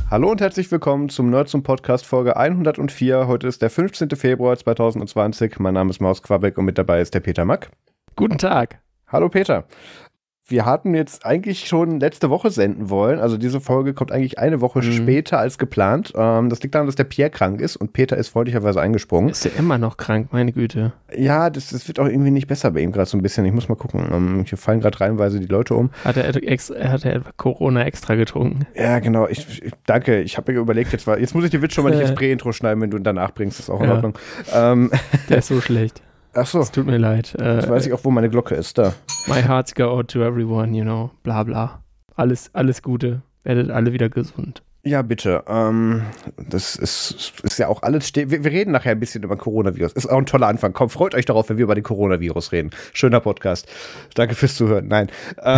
Hallo und herzlich willkommen zum Nerds zum Podcast Folge 104. Heute ist der 15. Februar 2020. Mein Name ist Maus Quabeck und mit dabei ist der Peter Mack. Guten Tag. Hallo Peter. Wir hatten jetzt eigentlich schon letzte Woche senden wollen. Also diese Folge kommt eigentlich eine Woche später als geplant. Das liegt daran, dass der Pierre krank ist und Peter ist freundlicherweise eingesprungen. Ist er immer noch krank, meine Güte. Ja, das wird auch irgendwie nicht besser bei ihm gerade so ein bisschen. Ich muss mal gucken. Hier fallen gerade reihenweise die Leute um. Hat er Corona extra getrunken? Ja, genau. Danke. Ich habe mir überlegt, jetzt muss ich den Witz schon mal nicht ins Prä-Intro schneiden, wenn du ihn danach bringst. Das ist auch in Ordnung. Der ist so schlecht. Ach so. Es tut mir leid. Jetzt weiß ich auch, wo meine Glocke ist. Da. My hearts go out to everyone, you know. Bla bla. Alles Gute. Werdet alle wieder gesund. Ja, bitte. Das ist ja auch alles wir reden nachher ein bisschen über Coronavirus. Ist auch ein toller Anfang. Komm, freut euch darauf, wenn wir über den Coronavirus reden. Schöner Podcast. Danke fürs Zuhören. Nein.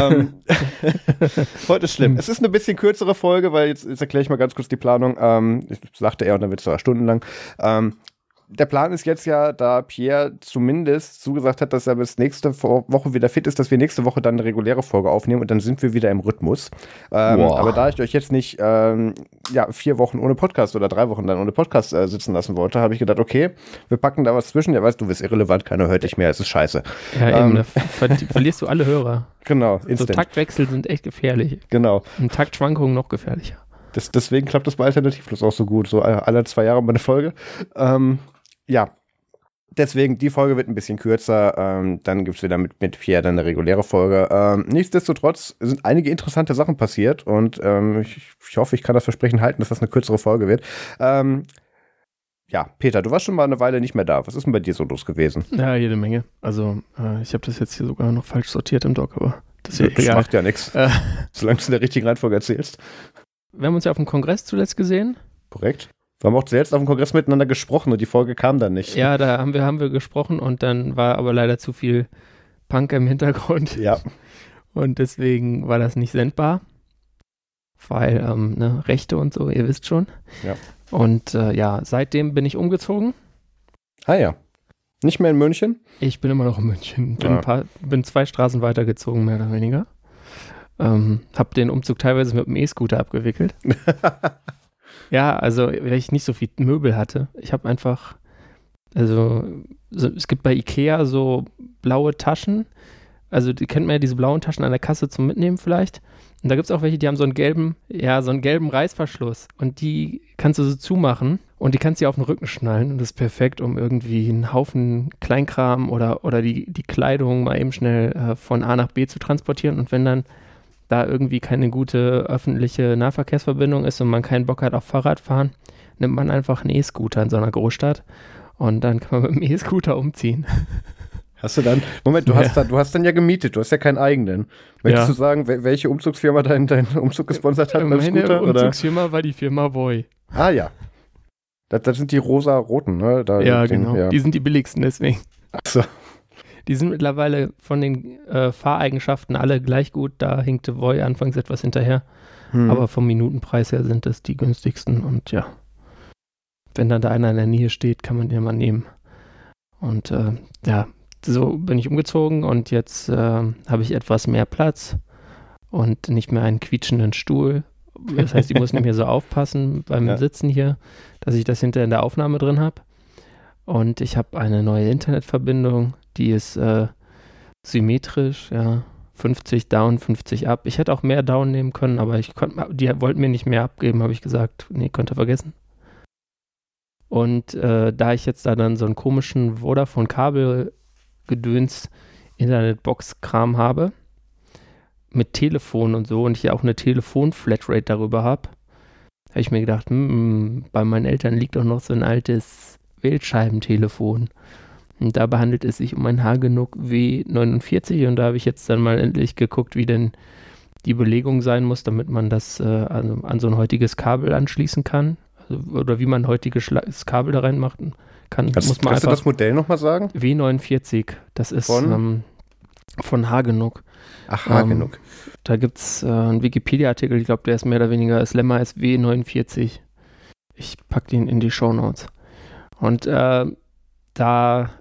Heute ist schlimm. Es ist eine bisschen kürzere Folge, weil jetzt erkläre ich mal ganz kurz die Planung. Sagte er und dann wird es 2 Stunden lang. Der Plan ist jetzt ja, da Pierre zumindest zugesagt hat, dass er bis nächste Woche wieder fit ist, dass wir nächste Woche dann eine reguläre Folge aufnehmen und dann sind wir wieder im Rhythmus. Aber da ich euch jetzt nicht 4 Wochen ohne Podcast oder 3 Wochen dann ohne Podcast sitzen lassen wollte, habe ich gedacht, okay, wir packen da was zwischen. Ja, weißt du, bist irrelevant, keiner hört dich mehr, es ist scheiße. Ja, eben, da verlierst du alle Hörer. Genau, instant. So Taktwechsel sind echt gefährlich. Genau. Und Taktschwankungen noch gefährlicher. Deswegen klappt das bei Alternativlos auch so gut, so alle 2 Jahre mal eine Folge. Ja, deswegen, die Folge wird ein bisschen kürzer. Dann gibt es wieder mit Pierre dann eine reguläre Folge. Nichtsdestotrotz sind einige interessante Sachen passiert und ich hoffe, ich kann das Versprechen halten, dass das eine kürzere Folge wird. Ja, Peter, du warst schon mal eine Weile nicht mehr da. Was ist denn bei dir so los gewesen? Ja, jede Menge. Also, ich habe das jetzt hier sogar noch falsch sortiert im Doc, aber das ist ja egal. Das macht ja nichts, solange du es in der richtigen Reihenfolge erzählst. Wir haben uns ja auf dem Kongress zuletzt gesehen. Korrekt. Wir haben auch zuletzt auf dem Kongress miteinander gesprochen und die Folge kam dann nicht. Ja, da haben wir gesprochen und dann war aber leider zu viel Punk im Hintergrund. Ja. Und deswegen war das nicht sendbar, weil Rechte und so, ihr wisst schon. Ja. Und seitdem bin ich umgezogen. Ah ja. Nicht mehr in München? Ich bin immer noch in München. Bin 2 Straßen weitergezogen, mehr oder weniger. Hab den Umzug teilweise mit dem E-Scooter abgewickelt. Ja, also, weil ich nicht so viel Möbel hatte. Ich habe einfach, es gibt bei Ikea so blaue Taschen. Also, die kennt man ja, diese blauen Taschen an der Kasse zum Mitnehmen vielleicht. Und da gibt es auch welche, die haben so einen gelben Reißverschluss. Und die kannst du so zumachen und die kannst du auf den Rücken schnallen. Und das ist perfekt, um irgendwie einen Haufen Kleinkram oder die Kleidung mal eben schnell von A nach B zu transportieren. Und wenn dann da irgendwie keine gute öffentliche Nahverkehrsverbindung ist und man keinen Bock hat auf Fahrradfahren, nimmt man einfach einen E-Scooter in so einer Großstadt und dann kann man mit dem E-Scooter umziehen. Hast du dann, Moment, du hast dann ja gemietet, du hast ja keinen eigenen. Möchtest du sagen, welche Umzugsfirma deinen Umzug gesponsert hat beim Scooter? Meine Umzugsfirma war die Firma Voy. Ah ja, das sind die rosa-roten, ne? Genau, ja. Die sind die billigsten deswegen. Ach so. Die sind mittlerweile von den Fahreigenschaften alle gleich gut. Da hinkte Voy anfangs etwas hinterher. Aber vom Minutenpreis her sind das die günstigsten. Und ja, wenn dann da einer in der Nähe steht, kann man den mal nehmen. Und so bin ich umgezogen und jetzt habe ich etwas mehr Platz und nicht mehr einen quietschenden Stuhl. Das heißt, ich muss nicht mehr so aufpassen beim Sitzen hier, dass ich das hinterher in der Aufnahme drin habe. Und ich habe eine neue Internetverbindung. Die ist symmetrisch, 50 down, 50 up. Ich hätte auch mehr down nehmen können, aber die wollten mir nicht mehr abgeben, habe ich gesagt. Nee, könnt ihr vergessen. Und da ich jetzt da dann so einen komischen Vodafone-Kabel-Gedöns Internetbox-Kram habe, mit Telefon und so, und ich ja auch eine Telefon-Flatrate darüber habe ich mir gedacht, bei meinen Eltern liegt doch noch so ein altes Wählscheibentelefon. Und dabei handelt es sich um ein Hagenuk W49 und da habe ich jetzt dann mal endlich geguckt, wie denn die Belegung sein muss, damit man das an so ein heutiges Kabel anschließen kann. Oder wie man ein heutiges Kabel da reinmachen kann. Kannst du das Modell nochmal sagen? W49, das ist von Hagenuk. Ach, Hagenuk. Da gibt es einen Wikipedia-Artikel, ich glaube, der ist mehr oder weniger, das Lemma ist W49. Ich packe den in die Shownotes. Und da,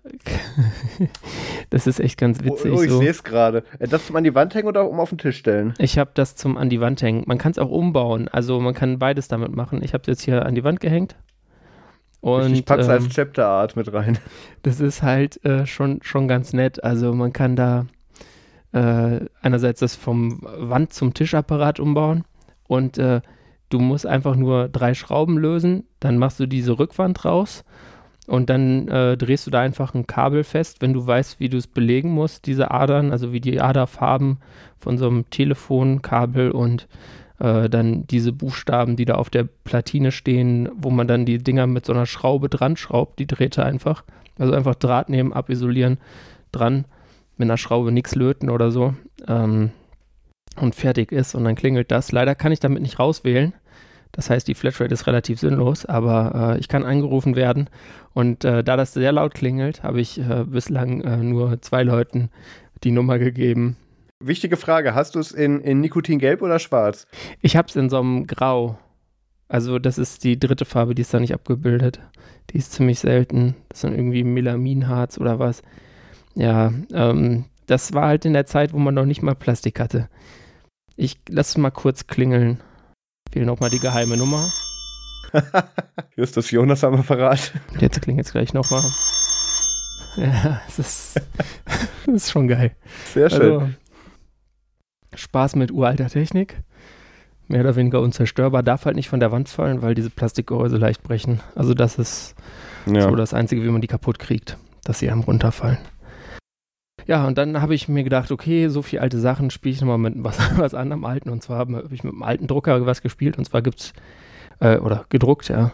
das ist echt ganz witzig. Ich sehe es gerade. Das zum an die Wand hängen oder auf den Tisch stellen? Ich habe das zum an die Wand hängen. Man kann es auch umbauen. Also man kann beides damit machen. Ich habe es jetzt hier an die Wand gehängt. Und ich pack's als Chapter Art mit rein. Das ist halt schon ganz nett. Also man kann da einerseits das vom Wand zum Tischapparat umbauen und du musst einfach nur 3 Schrauben lösen, dann machst du diese Rückwand raus und dann drehst du da einfach ein Kabel fest, wenn du weißt, wie du es belegen musst, diese Adern, also wie die Aderfarben von so einem Telefonkabel und dann diese Buchstaben, die da auf der Platine stehen, wo man dann die Dinger mit so einer Schraube dran schraubt, die Drähte einfach. Also einfach Draht nehmen, abisolieren, dran, mit einer Schraube nichts löten oder so und fertig ist und dann klingelt das. Leider kann ich damit nicht rauswählen. Das heißt, die Flatrate ist relativ sinnlos, aber ich kann angerufen werden und da das sehr laut klingelt, habe ich bislang nur 2 Leuten die Nummer gegeben. Wichtige Frage, hast du es in Nikotingelb oder schwarz? Ich habe es in so einem Grau. Also das ist die 3. Farbe, die ist da nicht abgebildet. Die ist ziemlich selten. Das ist dann irgendwie Melaminharz oder was. Ja, das war halt in der Zeit, wo man noch nicht mal Plastik hatte. Ich lasse mal kurz klingeln. Ich wähle nochmal die geheime Nummer. Justus Jonas am Apparat. Jetzt klingelt es gleich nochmal. Ja, das ist schon geil. Sehr schön. Also, Spaß mit uralter Technik. Mehr oder weniger unzerstörbar. Darf halt nicht von der Wand fallen, weil diese Plastikgehäuse leicht brechen. Also das ist so das Einzige, wie man die kaputt kriegt, dass sie einem runterfallen. Ja, und dann habe ich mir gedacht, okay, so viele alte Sachen spiele ich nochmal mit was anderem Alten. Und zwar habe ich mit einem alten Drucker was gespielt. Und zwar gibt's, oder gedruckt, ja.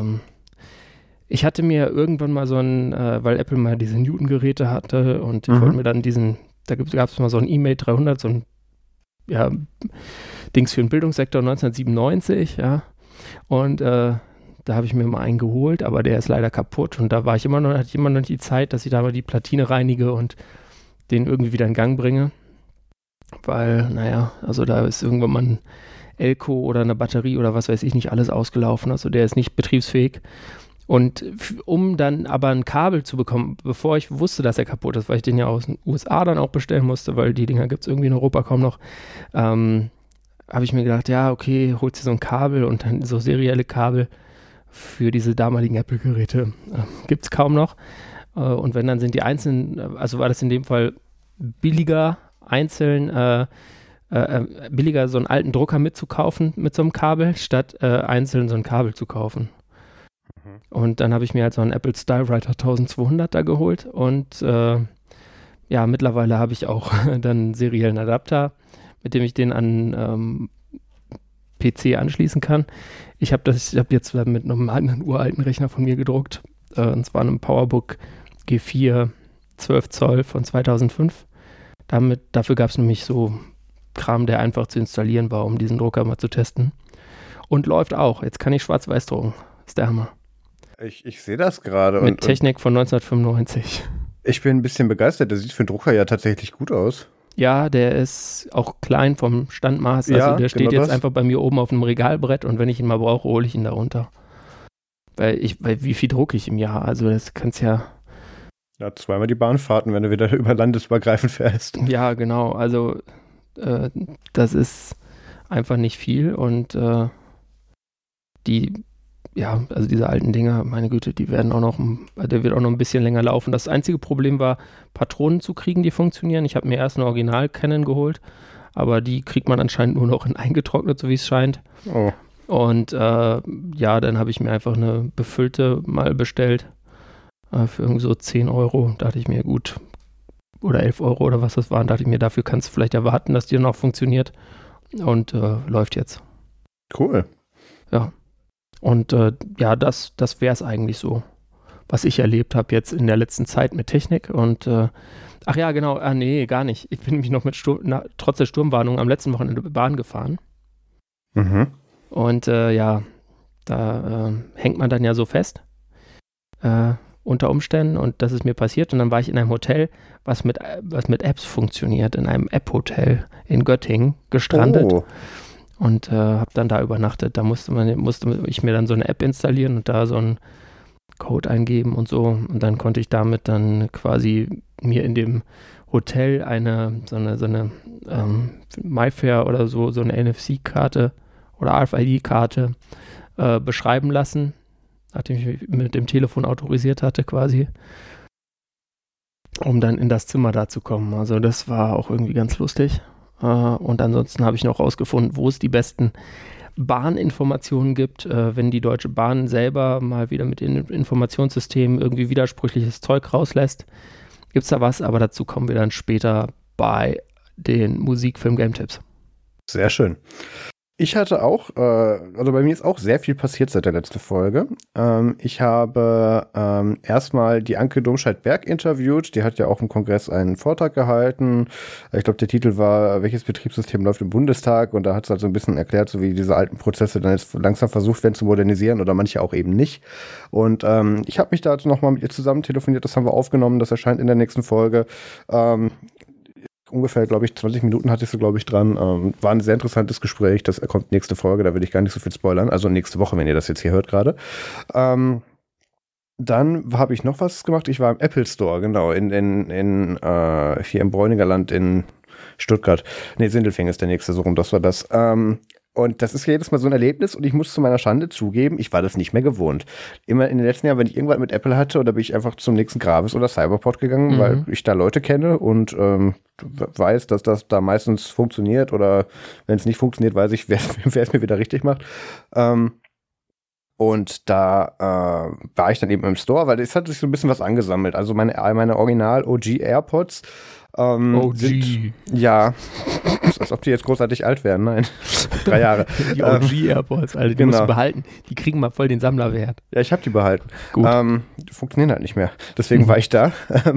Ich hatte mir irgendwann mal so weil Apple mal diese Newton-Geräte hatte und ich wollte mir dann da gab es mal so ein E-Mail 300, so ein Dings für den Bildungssektor 1997, ja. Und da habe ich mir mal einen geholt, aber der ist leider kaputt. Und da hatte ich immer noch nicht die Zeit, dass ich da mal die Platine reinige und den irgendwie wieder in Gang bringe. Weil, also da ist irgendwann mal ein Elko oder eine Batterie oder was weiß ich nicht alles ausgelaufen. Also der ist nicht betriebsfähig. Und um dann aber ein Kabel zu bekommen, bevor ich wusste, dass er kaputt ist, weil ich den ja aus den USA dann auch bestellen musste, weil die Dinger gibt es irgendwie in Europa kaum noch, habe ich mir gedacht, ja, okay, holst dir so ein Kabel und dann so serielle Kabel für diese damaligen Apple-Geräte. Gibt es kaum noch. Und wenn, dann sind die einzelnen, also war das in dem Fall billiger, billiger so einen alten Drucker mitzukaufen mit so einem Kabel, statt einzeln so ein Kabel zu kaufen. Und dann habe ich mir halt so einen Apple Stylewriter 1200 da geholt und mittlerweile habe ich auch dann einen seriellen Adapter, mit dem ich den an PC anschließen kann. Ich habe jetzt mit einem anderen uralten Rechner von mir gedruckt, und zwar einem PowerBook G4 12 Zoll von 2005. Dafür gab es nämlich so Kram, der einfach zu installieren war, um diesen Drucker mal zu testen. Und läuft auch. Jetzt kann ich schwarz-weiß drucken. Ist der Hammer. Ich sehe das gerade. Mit Technik von 1995. Ich bin ein bisschen begeistert. Der sieht für einen Drucker ja tatsächlich gut aus. Ja, der ist auch klein vom Standmaß. Also der steht jetzt einfach bei mir oben auf einem Regalbrett und wenn ich ihn mal brauche, hole ich ihn da runter. Weil wie viel drucke ich im Jahr? Also das kannst ja... Ja, 2-mal die Bahnfahrten, wenn du wieder über landesübergreifend fährst. Ja, genau. Also das ist einfach nicht viel und also diese alten Dinger, meine Güte, der wird auch noch ein bisschen länger laufen. Das einzige Problem war, Patronen zu kriegen, die funktionieren. Ich habe mir erst eine Original Canon geholt, aber die kriegt man anscheinend nur noch in eingetrocknet, so wie es scheint. Oh. Und dann habe ich mir einfach eine befüllte mal bestellt für irgendwie so 10 Euro. Da dachte ich mir, gut, oder 11 Euro oder was das waren, dachte ich mir, dafür kannst du vielleicht erwarten, dass die noch funktioniert. Und läuft jetzt. Cool. Ja. Und das wäre es eigentlich so, was ich erlebt habe jetzt in der letzten Zeit mit Technik. Und nee, gar nicht. Ich bin nämlich noch trotz der Sturmwarnung am letzten Wochenende Bahn gefahren. Mhm. Und da hängt man dann ja so fest unter Umständen. Und das ist mir passiert. Und dann war ich in einem Hotel, was mit Apps funktioniert, in einem App-Hotel in Göttingen gestrandet. Oh. Und habe dann da übernachtet. Da musste ich mir dann so eine App installieren und da so ein Code eingeben und so. Und dann konnte ich damit dann quasi mir in dem Hotel so eine MyFair oder so eine NFC-Karte oder RFID-Karte beschreiben lassen, nachdem ich mich mit dem Telefon autorisiert hatte quasi, um dann in das Zimmer da zu kommen. Also das war auch irgendwie ganz lustig. Und ansonsten habe ich noch rausgefunden, wo es die besten Bahninformationen gibt, wenn die Deutsche Bahn selber mal wieder mit den Informationssystemen irgendwie widersprüchliches Zeug rauslässt. Gibt es da was, aber dazu kommen wir dann später bei den Musik-Film-Game-Tipps. Sehr schön. Ich hatte auch, also bei mir ist auch sehr viel passiert seit der letzten Folge. Ich habe erstmal die Anke Domscheit-Berg interviewt. Die hat ja auch im Kongress einen Vortrag gehalten. Ich glaube, der Titel war, welches Betriebssystem läuft im Bundestag? Und da hat es halt so ein bisschen erklärt, so wie diese alten Prozesse dann jetzt langsam versucht werden zu modernisieren oder manche auch eben nicht. Und ich habe mich da nochmal mit ihr zusammen telefoniert. Das haben wir aufgenommen. Das erscheint in der nächsten Folge. Ungefähr, glaube ich, 20 Minuten hatte ich so, glaube ich, dran. War ein sehr interessantes Gespräch. Das kommt nächste Folge, da will ich gar nicht so viel spoilern. Also nächste Woche, wenn ihr das jetzt hier hört gerade. Dann habe ich noch was gemacht. Ich war im Apple Store, genau, hier im Bräuninger Land in Stuttgart. Nee, Sindelfingen ist der nächste, so rum, das war das. Und das ist jedes Mal so ein Erlebnis und ich muss zu meiner Schande zugeben, ich war das nicht mehr gewohnt. Immer in den letzten Jahren, wenn ich irgendwas mit Apple hatte, oder bin ich einfach zum nächsten Gravis oder Cyberport gegangen, weil ich da Leute kenne und weiß, dass das da meistens funktioniert oder wenn es nicht funktioniert, weiß ich, wer es mir wieder richtig macht. Und da war ich dann eben im Store, weil es hat sich so ein bisschen was angesammelt. Also meine Original OG AirPods sind, ja, als ob die jetzt großartig alt wären, nein. 3 Jahre. Die OG AirPods, Alter, die musst du behalten. Die kriegen mal voll den Sammlerwert. Ja, ich habe die behalten. Gut. Die funktionieren halt nicht mehr. Deswegen war ich da.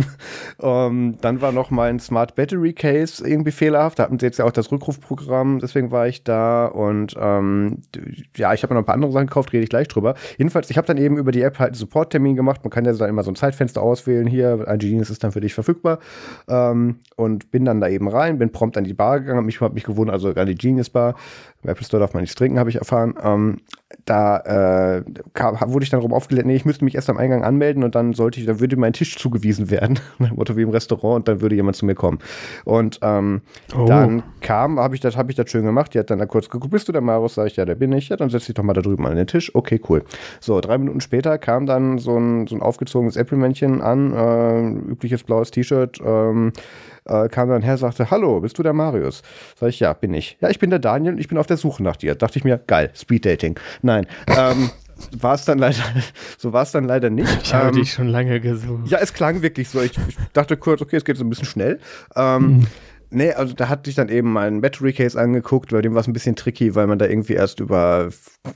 Dann war noch mein Smart Battery Case irgendwie fehlerhaft. Da hatten sie jetzt ja auch das Rückrufprogramm. Deswegen war ich da. Und ja, ich habe noch ein paar andere Sachen gekauft, rede ich gleich drüber. Jedenfalls, ich habe dann eben über die App halt einen Support-Termin gemacht. Man kann ja dann immer so ein Zeitfenster auswählen. Hier, iGenius ist dann für dich verfügbar. Und bin dann da eben rein, bin prompt an die Bar gegangen, habe mich gewundert, also an die Genius Bar. Im Apple Store darf man nichts trinken, habe ich erfahren. Da wurde ich dann darauf aufgelegt, nee, ich müsste mich erst am Eingang anmelden und dann würde mein Tisch zugewiesen werden, nach dem Motto wie im Restaurant, und dann würde jemand zu mir kommen. Und dann habe ich das schön gemacht, die hat dann da kurz geguckt, bist du der Marius? Sag ich, ja, der bin ich. Ja, dann setz dich doch mal da drüben an den Tisch. Okay, cool. So, 3 Minuten später kam dann so ein aufgezogenes Apple-Männchen an, übliches blaues T-Shirt, kam dann her, sagte, hallo, bist du der Marius? Sag ich, ja, bin ich. Ja, ich bin der Daniel und ich bin auf der Suche nach dir. Dachte ich mir, geil, Speeddating. Nein, war es dann leider nicht. Ich habe dich schon lange gesucht. Ja, es klang wirklich so. Ich dachte kurz, okay, es geht so ein bisschen schnell. Nee, also da hatte ich dann eben meinen Battery Case angeguckt, bei dem war es ein bisschen tricky, weil man da irgendwie erst über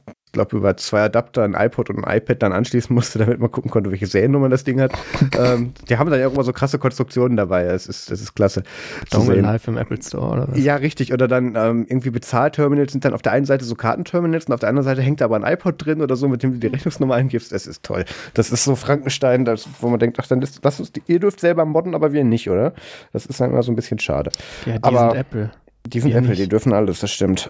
2 Adapter, ein iPod und ein iPad dann anschließen musste, damit man gucken konnte, welche Seriennummer das Ding hat. Die haben dann ja auch immer so krasse Konstruktionen dabei. Das ist klasse. Dongle live im Apple Store oder was? Ja, richtig. Oder dann irgendwie Bezahlterminals sind dann auf der einen Seite so Kartenterminals und auf der anderen Seite hängt da aber ein iPod drin oder so, mit dem du die Rechnungsnummer eingibst. Das ist toll. Das ist so Frankenstein, wo man denkt, ach, dann ihr dürft selber modden, aber wir nicht, oder? Das ist dann immer so ein bisschen schade. Ja, die sind Apple. Die sind Apple, die dürfen alles, das stimmt.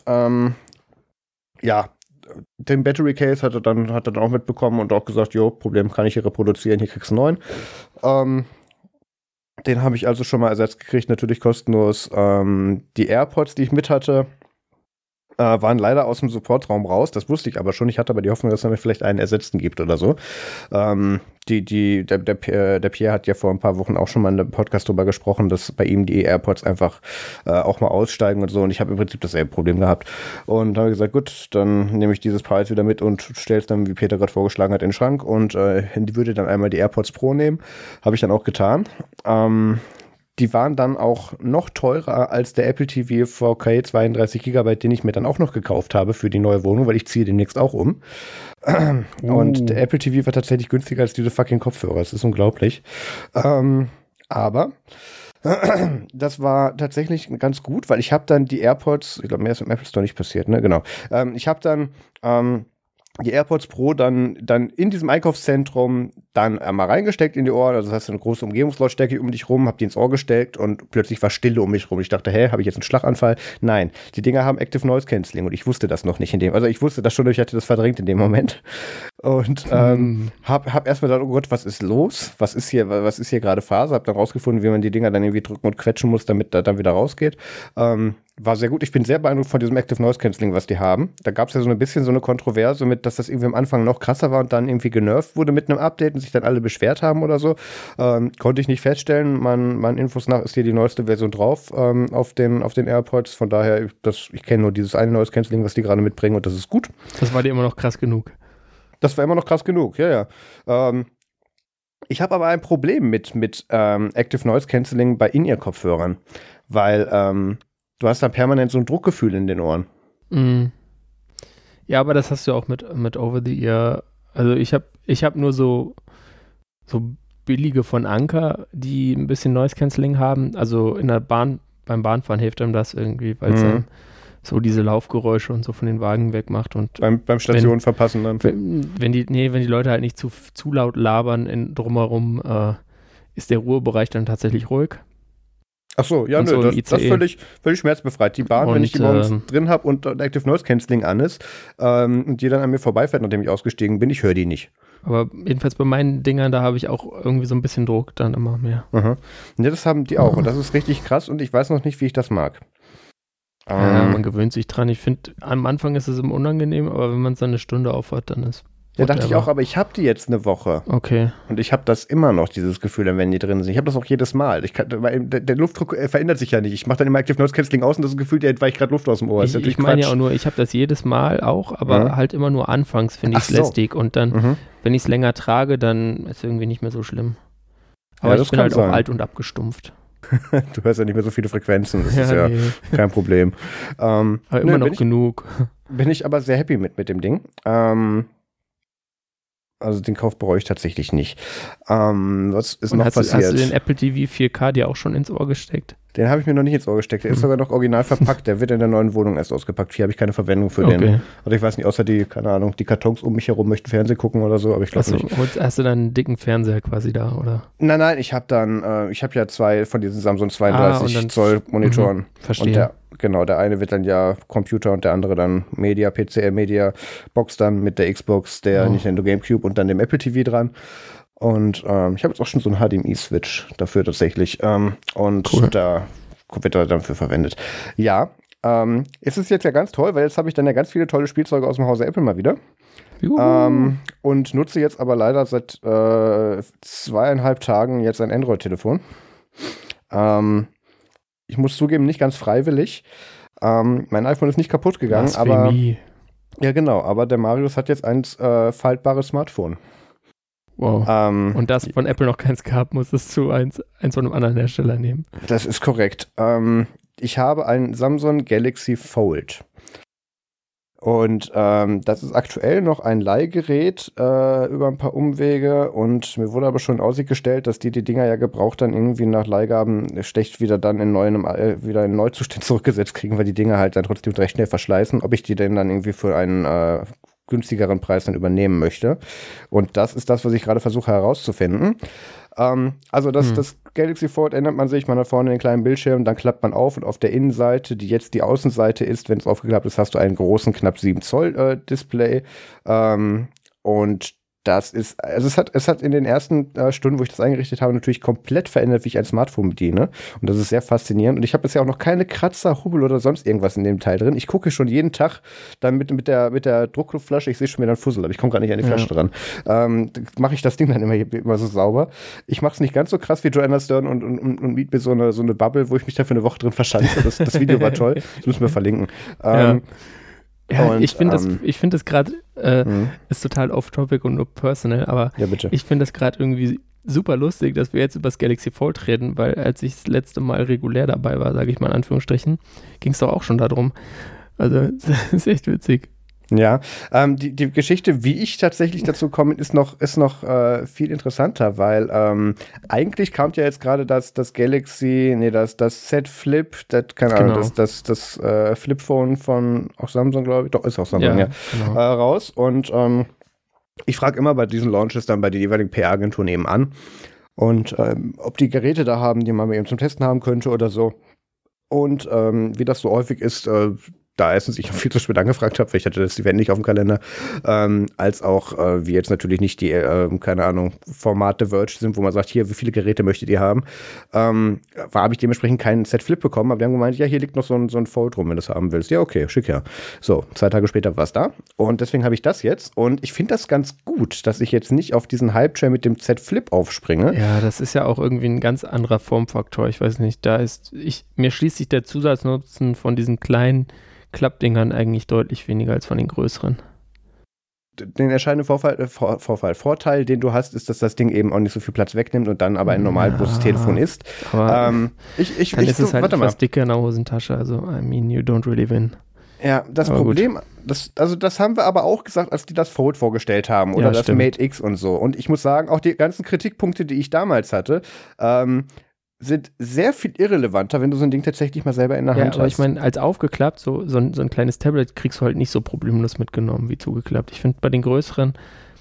Ja, den Battery Case hat er dann auch mitbekommen und auch gesagt, jo, Problem kann ich hier reproduzieren, hier kriegst du einen neuen. Den habe ich also schon mal ersetzt gekriegt, natürlich kostenlos. Die AirPods, die ich mit hatte, waren leider aus dem Supportraum raus. Das wusste ich aber schon. Ich hatte aber die Hoffnung, dass es mir vielleicht einen ersetzten gibt oder so. Der Pierre hat ja vor ein paar Wochen auch schon mal in einem Podcast drüber gesprochen, dass bei ihm die AirPods einfach auch mal aussteigen und so. Und ich habe im Prinzip dasselbe Problem gehabt. Und dann habe ich gesagt, gut, dann nehme ich dieses Paar jetzt wieder mit und stelle es dann, wie Peter gerade vorgeschlagen hat, in den Schrank und würde dann einmal die AirPods Pro nehmen. Habe ich dann auch getan. Die waren dann auch noch teurer als der Apple TV 4K 32 GB, den ich mir dann auch noch gekauft habe für die neue Wohnung, weil ich ziehe demnächst auch um. Und der Apple TV war tatsächlich günstiger als diese fucking Kopfhörer. Das ist unglaublich. Aber das war tatsächlich ganz gut, weil ich habe dann die AirPods, ich glaube, mehr ist im Apple Store nicht passiert, ne? Genau. Ich habe dann die AirPods Pro dann in diesem Einkaufszentrum dann einmal reingesteckt in die Ohren, also das heißt eine große Umgebungslautstärke um dich rum, hab die ins Ohr gesteckt und plötzlich war Stille um mich rum. Ich dachte, habe ich jetzt einen Schlaganfall? Nein, die Dinger haben Active Noise Cancelling und ich wusste das noch nicht also ich wusste das schon, ich hatte das verdrängt in dem Moment und hab erstmal gedacht, oh Gott, was ist los? Was ist hier gerade Phase? Hab dann rausgefunden, wie man die Dinger dann irgendwie drücken und quetschen muss, damit da dann wieder rausgeht. War sehr gut. Ich bin sehr beeindruckt von diesem Active Noise Cancelling, was die haben. Da gab es ja so ein bisschen so eine Kontroverse mit, dass das irgendwie am Anfang noch krasser war und dann irgendwie genervt wurde mit einem Update und sich dann alle beschwert haben oder so. Konnte ich nicht feststellen. Meinen Infos nach ist hier die neueste Version drauf auf den AirPods. Von daher, ich kenne nur dieses eine Noise Cancelling, was die gerade mitbringen und das ist gut. Das war dir immer noch krass genug. Das war immer noch krass genug, ja. Ich habe aber ein Problem mit Active Noise Cancelling bei In-Ear-Kopfhörern, weil du hast da permanent so ein Druckgefühl in den Ohren. Ja, aber das hast du auch mit Over-the-Ear. Also ich hab nur so billige von Anker, die ein bisschen Noise Cancelling haben. Also in der Bahn, beim Bahnfahren hilft einem das irgendwie, weil es einem so diese Laufgeräusche und so von den Wagen wegmacht. Und beim Stationen verpassen dann. Wenn die Leute halt nicht zu laut labern drumherum, ist der Ruhebereich dann tatsächlich ruhig. Ach so, ja, so das ist völlig schmerzbefreit. Die Bahn, wenn ich die morgens drin habe und Active Noise Cancelling an ist und die dann an mir vorbeifährt, nachdem ich ausgestiegen bin, ich höre die nicht. Aber jedenfalls bei meinen Dingern, da habe ich auch irgendwie so ein bisschen Druck dann immer mehr. Ja, das haben die auch und das ist richtig krass und ich weiß noch nicht, wie ich das mag. Ja, man gewöhnt sich dran. Ich finde, am Anfang ist es immer unangenehm, aber wenn man es dann eine Stunde aufhat, dann ist ja, dachte ich auch, aber ich habe die jetzt eine Woche. Okay. Und ich habe das immer noch, dieses Gefühl, wenn die drin sind. Ich habe das auch jedes Mal. Der Luftdruck verändert sich ja nicht. Ich mache dann immer Active Noise Cancelling aus und das Gefühl, weil ich gerade Luft aus dem Ohr. Ich meine ja auch nur, ich habe das jedes Mal auch, aber halt immer nur anfangs finde ich es lästig. Und dann, wenn ich es länger trage, dann ist es irgendwie nicht mehr so schlimm. Aber ich bin halt auch alt und abgestumpft. Du hörst ja nicht mehr so viele Frequenzen, das ist ja kein Problem. Aber immer noch genug. Bin ich aber sehr happy mit dem Ding. Also den Kauf bereue ich tatsächlich nicht. Was ist noch passiert? Hast du den Apple TV 4K dir auch schon ins Ohr gesteckt? Den habe ich mir noch nicht ins Ohr gesteckt. Der ist sogar noch original verpackt. Der wird in der neuen Wohnung erst ausgepackt. Hier habe ich keine Verwendung für den. Also ich weiß nicht, außer die Kartons um mich herum möchten Fernsehen gucken oder so, aber ich glaube nicht. Hast du dann einen dicken Fernseher quasi da, oder? Nein, ich habe ja 2 von diesen Samsung 32 Zoll Monitoren. Verstehe. Und der eine wird dann ja Computer und der andere dann PCL Media Box dann mit der Xbox, der Nintendo GameCube und dann dem Apple TV dran. Und ich habe jetzt auch schon so einen HDMI-Switch dafür tatsächlich. Und da wird er dann für verwendet. Ja, es ist jetzt ja ganz toll, weil jetzt habe ich dann ja ganz viele tolle Spielzeuge aus dem Hause Apple mal wieder. Und nutze jetzt aber leider seit 2,5 Tagen jetzt ein Android-Telefon. Ich muss zugeben, nicht ganz freiwillig. Mein iPhone ist nicht kaputt gegangen, aber ja genau, aber der Marius hat jetzt ein faltbares Smartphone. Wow. Und das von Apple noch keins gab, muss es zu eins von einem anderen Hersteller nehmen. Das ist korrekt. Ich habe ein Samsung Galaxy Fold. Und das ist aktuell noch ein Leihgerät über ein paar Umwege und mir wurde aber schon in Aussicht gestellt, dass die Dinger ja gebraucht dann irgendwie nach Leihgaben schlecht wieder dann wieder in Neuzustand zurückgesetzt kriegen, weil die Dinger halt dann trotzdem recht schnell verschleißen, ob ich die denn dann irgendwie für einen günstigeren Preis dann übernehmen möchte. Und das ist das, was ich gerade versuche herauszufinden. Also das Galaxy Fold ändert man sich, man hat vorne den kleinen Bildschirm, dann klappt man auf und auf der Innenseite, die jetzt die Außenseite ist, wenn es aufgeklappt ist, hast du einen großen, knapp 7 Zoll Display und das ist, also es hat in den ersten Stunden, wo ich das eingerichtet habe, natürlich komplett verändert, wie ich ein Smartphone bediene. Und das ist sehr faszinierend. Und ich habe bisher auch noch keine Kratzer, Hubbel oder sonst irgendwas in dem Teil drin. Ich gucke schon jeden Tag dann mit der Druckluftflasche, ich sehe schon wieder einen Fussel, aber ich komme gar nicht an die Flasche dran. Mache ich das Ding dann immer so sauber. Ich mache es nicht ganz so krass wie Joanna Stern und miet mir so eine Bubble, wo ich mich da für eine Woche drin verschanze. Das Video war toll. Das müssen wir verlinken. Ja, ich finde das gerade, ist total off-topic und nur personal, aber ich finde das gerade irgendwie super lustig, dass wir jetzt über das Galaxy Fold reden, weil als ich das letzte Mal regulär dabei war, sage ich mal in Anführungsstrichen, ging es doch auch schon darum. Also, das ist echt witzig. Ja, die Geschichte, wie ich tatsächlich dazu komme, ist noch viel interessanter, weil eigentlich kam ja jetzt gerade das Z Flip, das Flipphone von auch Samsung, glaube ich, doch ist auch Samsung, raus und Ich frage immer bei diesen Launches dann bei den jeweiligen PR-Agenturen eben an und ob die Geräte da haben, die man eben zum Testen haben könnte oder so. Und wie das so häufig ist, da erstens ich noch viel zu spät angefragt habe, weil ich hatte das Event nicht auf dem Kalender, als auch wie jetzt natürlich nicht die, keine Ahnung, Formate Verge sind, wo man sagt, hier, wie viele Geräte möchtet ihr haben, habe ich dementsprechend keinen Set Flip bekommen, aber die haben gemeint, ja, hier liegt noch so ein Fold rum, wenn du es haben willst. Ja, okay, schick ja. So, 2 Tage später war es da und deswegen habe ich das jetzt und ich finde das ganz gut, dass ich jetzt nicht auf diesen Hype-Train mit dem Z Flip aufspringe. Ja, das ist ja auch irgendwie ein ganz anderer Formfaktor, ich weiß nicht, mir schließt sich der Zusatznutzen von diesen kleinen Klappdingern eigentlich deutlich weniger als von den größeren. Den entscheidenden Vorteil, den du hast, ist, dass das Ding eben auch nicht so viel Platz wegnimmt und dann aber ein normal großes Telefon ist. Aber dann ist es halt etwas dicker in der Hosentasche, also I mean, you don't really win. Ja, das aber Problem, das haben wir aber auch gesagt, als die das Fold vorgestellt haben oder das Mate X und so. Und ich muss sagen, auch die ganzen Kritikpunkte, die ich damals hatte, sind sehr viel irrelevanter, wenn du so ein Ding tatsächlich mal selber in der Hand hast. Aber ich meine, als aufgeklappt, so ein kleines Tablet kriegst du halt nicht so problemlos mitgenommen wie zugeklappt. Ich finde, bei den größeren,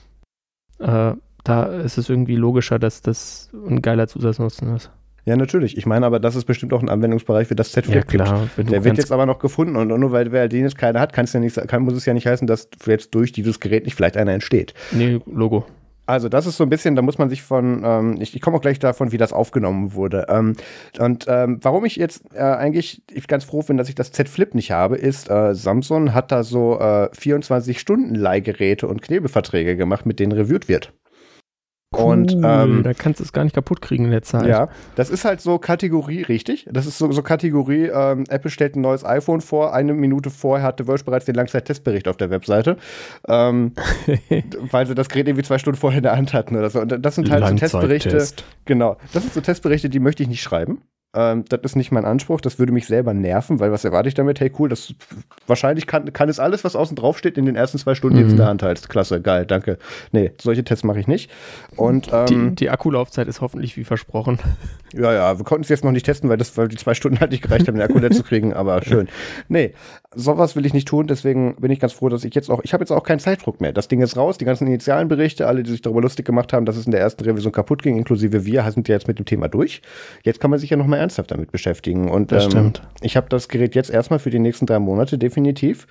da ist es irgendwie logischer, dass das ein geiler Zusatznutzen ist. Ja, natürlich. Ich meine aber, das ist bestimmt auch ein Anwendungsbereich für das Z Flip gibt. Der wird jetzt aber noch gefunden und nur weil wer den jetzt keiner hat, muss es ja nicht heißen, dass jetzt durch dieses Gerät nicht vielleicht einer entsteht. Nee, Logo. Also das ist so ein bisschen, da muss man sich ich komme auch gleich davon, wie das aufgenommen wurde. Warum ich jetzt eigentlich ganz froh bin, dass ich das Z Flip nicht habe, ist, Samsung hat da so 24-Stunden-Leihgeräte und Knebelverträge gemacht, mit denen reviewt wird. Und da kannst du es gar nicht kaputt kriegen in der Zeit. Ja, das ist halt so Kategorie, richtig? Das ist so Kategorie, Apple stellt ein neues iPhone vor, 1 Minute vorher hatte Verge bereits den Langzeit-Testbericht auf der Webseite, weil sie das Gerät irgendwie 2 Stunden vorher in der Hand hatten oder so. Und das sind halt so Testberichte. Genau, das sind so Testberichte, die möchte ich nicht schreiben. Das ist nicht mein Anspruch, das würde mich selber nerven, weil was erwarte ich damit? Hey, cool, wahrscheinlich kann es alles, was außen drauf steht, in den ersten 2 Stunden jetzt in der Hand hältst. Klasse, geil, danke. Nee, solche Tests mache ich nicht. Und die Akkulaufzeit ist hoffentlich wie versprochen. Ja, wir konnten es jetzt noch nicht testen, weil die 2 Stunden halt nicht gereicht haben, den Akku leer zu kriegen, aber schön. Nee, sowas will ich nicht tun, deswegen bin ich ganz froh, dass ich habe jetzt auch keinen Zeitdruck mehr. Das Ding ist raus, die ganzen initialen Berichte, alle, die sich darüber lustig gemacht haben, dass es in der ersten Revision kaputt ging, inklusive wir, sind ja jetzt mit dem Thema durch. Jetzt kann man sich ja noch mal ernsthaft damit beschäftigen. Und das stimmt. Ich habe das Gerät jetzt erstmal für die nächsten 3 Monate definitiv.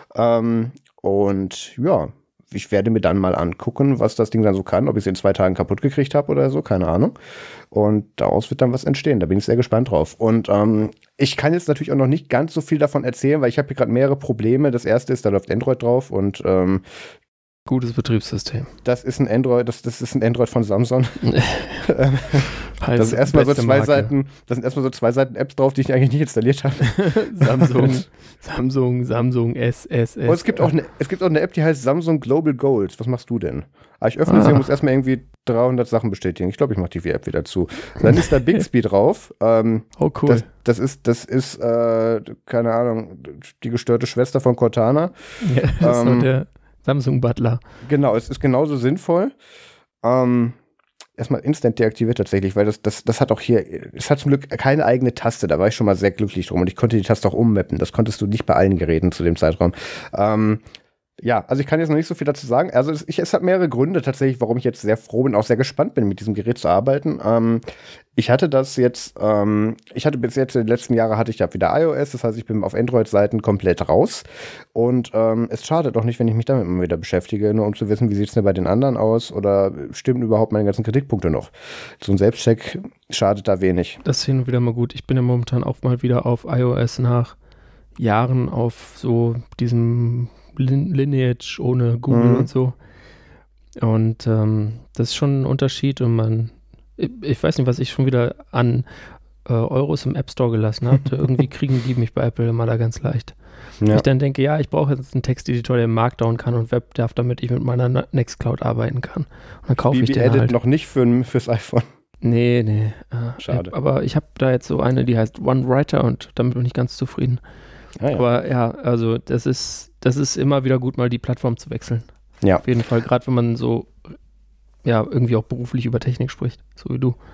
Und ja, ich werde mir dann mal angucken, was das Ding dann so kann, ob ich es in 2 Tagen kaputt gekriegt habe oder so, keine Ahnung. Und daraus wird dann was entstehen, da bin ich sehr gespannt drauf. Und ich kann jetzt natürlich auch noch nicht ganz so viel davon erzählen, weil ich habe hier gerade mehrere Probleme. Das erste ist, da läuft Android drauf und gutes Betriebssystem. Das ist ein Android, das ist ein Android von Samsung. Das sind erstmal so 2 Seiten, Apps drauf, die ich eigentlich nicht installiert habe. Samsung S. Und es gibt auch eine App, die heißt Samsung Global Goals. Was machst du denn? Ich öffne sie und muss erstmal irgendwie 300 Sachen bestätigen. Ich glaube, ich mache die App wieder zu. Dann ist da Bixby drauf. Cool. Das ist keine Ahnung, die gestörte Schwester von Cortana. Ja, das ist der Samsung Butler. Genau, es ist genauso sinnvoll. Erstmal instant deaktiviert tatsächlich, weil das hat auch hier, es hat zum Glück keine eigene Taste, da war ich schon mal sehr glücklich drum und ich konnte die Taste auch ummappen, das konntest du nicht bei allen Geräten zu dem Zeitraum. Ja, also ich kann jetzt noch nicht so viel dazu sagen. Also es hat mehrere Gründe tatsächlich, warum ich jetzt sehr froh bin, auch sehr gespannt bin, mit diesem Gerät zu arbeiten. Ich hatte bis jetzt in den letzten Jahren hatte ich ja wieder iOS, das heißt, ich bin auf Android-Seiten komplett raus. Und es schadet auch nicht, wenn ich mich damit mal wieder beschäftige, nur um zu wissen, wie sieht es denn bei den anderen aus oder stimmen überhaupt meine ganzen Kritikpunkte noch. So ein Selbstcheck schadet da wenig. Das ist hin und wieder mal gut. Ich bin ja momentan auch mal wieder auf iOS nach Jahren auf so diesem Lineage ohne Google und so. Und das ist schon ein Unterschied und ich weiß nicht, was ich schon wieder an Euros im App Store gelassen habe. Irgendwie kriegen die mich bei Apple immer da ganz leicht. Ja. Ich dann denke, ja, ich brauche jetzt einen Texteditor, der Markdown kann und WebDAV, damit ich mit meiner Nextcloud arbeiten kann. Und dann kaufe ich den Edit halt. Noch nicht fürs iPhone. Nee. Schade. Aber ich habe da jetzt so eine, die heißt OneWriter und damit bin ich ganz zufrieden. Ja. Aber ja, also das ist immer wieder gut, mal die Plattform zu wechseln. Ja. Auf jeden Fall, gerade wenn man so irgendwie auch beruflich über Technik spricht, so wie du.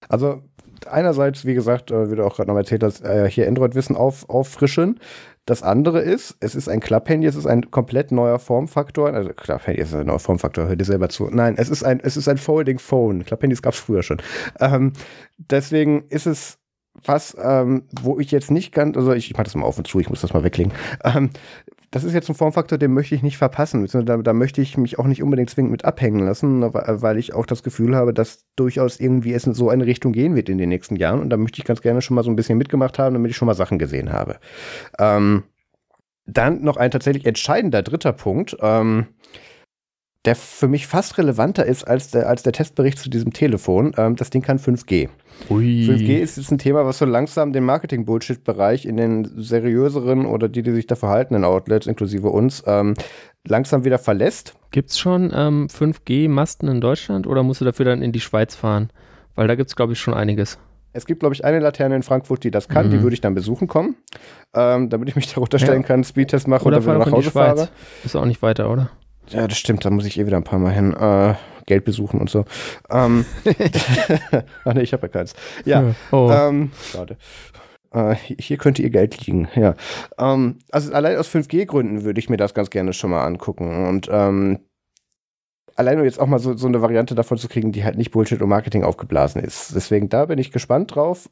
Also einerseits, wie gesagt, wie du auch gerade noch erzählt hast, hier Android-Wissen auffrischen. Das andere ist, es ist ein Klapphandy, es ist ein komplett neuer Formfaktor. Also Klapphandy ist ein neuer Formfaktor, hör dir selber zu. Nein, es ist ein Folding Phone. Klapphandys gab es früher schon. Deswegen ist es was, wo ich jetzt nicht ganz, also ich mach das mal auf und zu, ich muss das mal weglegen. Das ist jetzt ein Formfaktor, den möchte ich nicht verpassen. Da möchte ich mich auch nicht unbedingt zwingend mit abhängen lassen, weil ich auch das Gefühl habe, dass durchaus irgendwie es in so eine Richtung gehen wird in den nächsten Jahren. Und da möchte ich ganz gerne schon mal so ein bisschen mitgemacht haben, damit ich schon mal Sachen gesehen habe. Dann noch ein tatsächlich entscheidender dritter Punkt, der für mich fast relevanter ist als der Testbericht zu diesem Telefon. Das Ding kann 5G. Ui. 5G ist jetzt ein Thema, was so langsam den Marketing-Bullshit-Bereich in den seriöseren oder die sich da verhaltenen Outlets, inklusive uns, langsam wieder verlässt. Gibt es schon 5G-Masten in Deutschland oder musst du dafür dann in die Schweiz fahren? Weil da gibt es, glaube ich, schon einiges. Es gibt, glaube ich, eine Laterne in Frankfurt, die das kann. Die würde ich dann besuchen kommen, damit ich mich darunter stellen kann, Speedtest mache oder wieder nach Hause fahre. Ist auch nicht weiter, oder? Ja, das stimmt, da muss ich wieder ein paar Mal hin. Geld besuchen und so. Ach nee, ich habe ja keins. Ja, schade. Hier könnte ihr Geld liegen, ja. Also allein aus 5G-Gründen würde ich mir das ganz gerne schon mal angucken. Und allein nur jetzt auch mal so eine Variante davon zu kriegen, die halt nicht Bullshit und Marketing aufgeblasen ist. Deswegen, da bin ich gespannt drauf.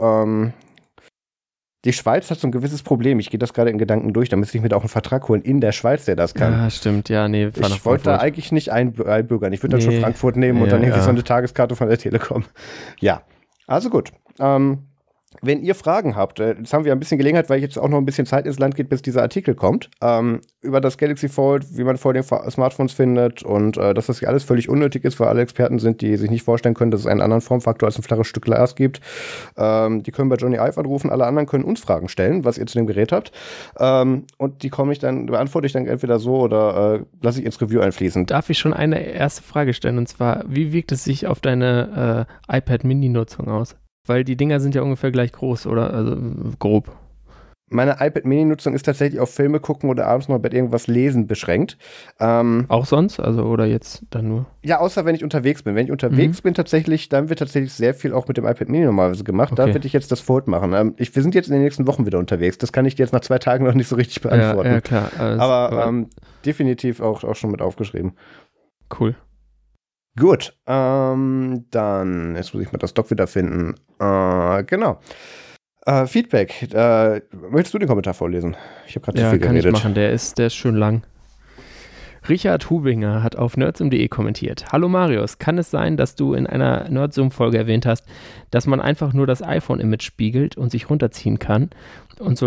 Die Schweiz hat so ein gewisses Problem. Ich gehe das gerade in Gedanken durch. Da müsste ich mir da auch einen Vertrag holen in der Schweiz, der das kann. Ja, stimmt. Ja, nee. Ich wollte da eigentlich nicht einbürgern. Ich würde dann schon Frankfurt nehmen und dann irgendwie so eine Tageskarte von der Telekom. Ja, also gut. Wenn ihr Fragen habt, jetzt haben wir ein bisschen Gelegenheit, weil jetzt auch noch ein bisschen Zeit ins Land geht, bis dieser Artikel kommt, über das Galaxy Fold, wie man Folding Smartphones findet und dass das hier alles völlig unnötig ist, weil alle Experten sind, die sich nicht vorstellen können, dass es einen anderen Formfaktor als ein flaches Stück Glas gibt. Die können bei Johnny Ive anrufen, alle anderen können uns Fragen stellen, was ihr zu dem Gerät habt. Und die beantworte ich dann entweder so oder lasse ich ins Review einfließen. Darf ich schon eine erste Frage stellen, und zwar, wie wirkt es sich auf deine iPad-Mini-Nutzung aus? Weil die Dinger sind ja ungefähr gleich groß, oder? Also grob. Meine iPad-Mini-Nutzung ist tatsächlich auf Filme gucken oder abends noch bei irgendwas lesen beschränkt. Auch sonst? Also, oder jetzt dann nur? Ja, außer wenn ich unterwegs bin. Wenn ich unterwegs bin tatsächlich, dann wird tatsächlich sehr viel auch mit dem iPad Mini normalerweise gemacht. Okay. Da würde ich jetzt das Fold machen. Wir sind jetzt in den nächsten Wochen wieder unterwegs. Das kann ich dir jetzt nach 2 Tagen noch nicht so richtig beantworten. Ja, klar. Aber definitiv auch schon mit aufgeschrieben. Cool. Gut, dann, jetzt muss ich mal das Doc wiederfinden. Genau. Feedback. Möchtest du den Kommentar vorlesen? Ich habe gerade zu viel geredet. Ja, kann ich machen. Der ist schön lang. Richard Hubinger hat auf nerdsum.de kommentiert. Hallo Marius, kann es sein, dass du in einer Nerdsum-Folge erwähnt hast, dass man einfach nur das iPhone-Image spiegelt und sich runterziehen kann und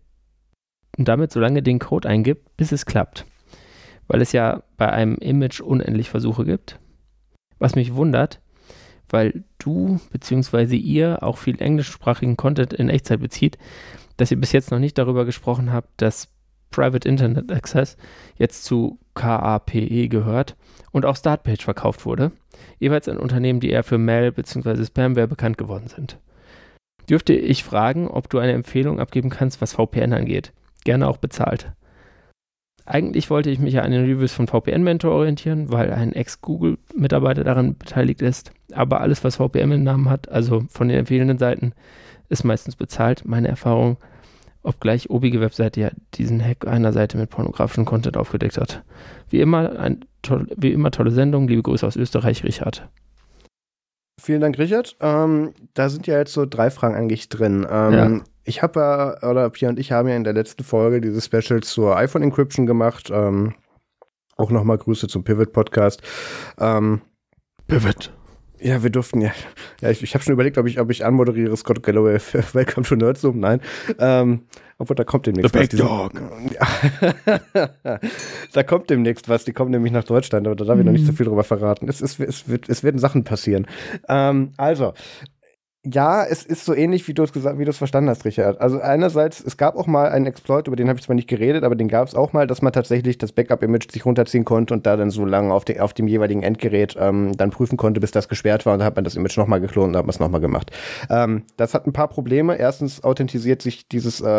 damit so lange den Code eingibt, bis es klappt? Weil es ja bei einem Image unendlich Versuche gibt. Was mich wundert, weil du bzw. ihr auch viel englischsprachigen Content in Echtzeit bezieht, dass ihr bis jetzt noch nicht darüber gesprochen habt, dass Private Internet Access jetzt zu KAPE gehört und auch Startpage verkauft wurde. Jeweils ein Unternehmen, die eher für Mail bzw. Spamware bekannt geworden sind. Dürfte ich fragen, ob du eine Empfehlung abgeben kannst, was VPN angeht? Gerne auch bezahlt. Eigentlich wollte ich mich ja an den Reviews von VPN Mentor orientieren, weil ein Ex-Google-Mitarbeiter daran beteiligt ist. Aber alles, was VPN im Namen hat, also von den empfehlenden Seiten, ist meistens bezahlt. Meine Erfahrung, obgleich obige Webseite ja diesen Hack einer Seite mit pornografischem Content aufgedeckt hat. Wie immer tolle Sendung. Liebe Grüße aus Österreich, Richard. Vielen Dank, Richard. Da sind ja jetzt so 3 Fragen eigentlich drin. Ich habe Pia und ich haben ja in der letzten Folge dieses Special zur iPhone Encryption gemacht. Auch nochmal Grüße zum Pivot-Podcast. Pivot. Ja, wir durften ja ich habe schon überlegt, ob ich anmoderiere Scott Galloway für Welcome to Nerdsum. Nein. Obwohl, da kommt demnächst was. The Big Dog. Da kommt demnächst was. Die kommen nämlich nach Deutschland, aber da darf ich noch nicht so viel drüber verraten. Es werden Sachen passieren. Also, ja, es ist so ähnlich, wie du es verstanden hast, Richard. Also einerseits, es gab auch mal einen Exploit, über den habe ich zwar nicht geredet, aber den gab es auch mal, dass man tatsächlich das Backup-Image sich runterziehen konnte und da dann so lange auf dem jeweiligen Endgerät dann prüfen konnte, bis das gesperrt war und da hat man das Image nochmal geklont und hat man es nochmal gemacht. Das hat ein paar Probleme. Erstens authentisiert sich dieses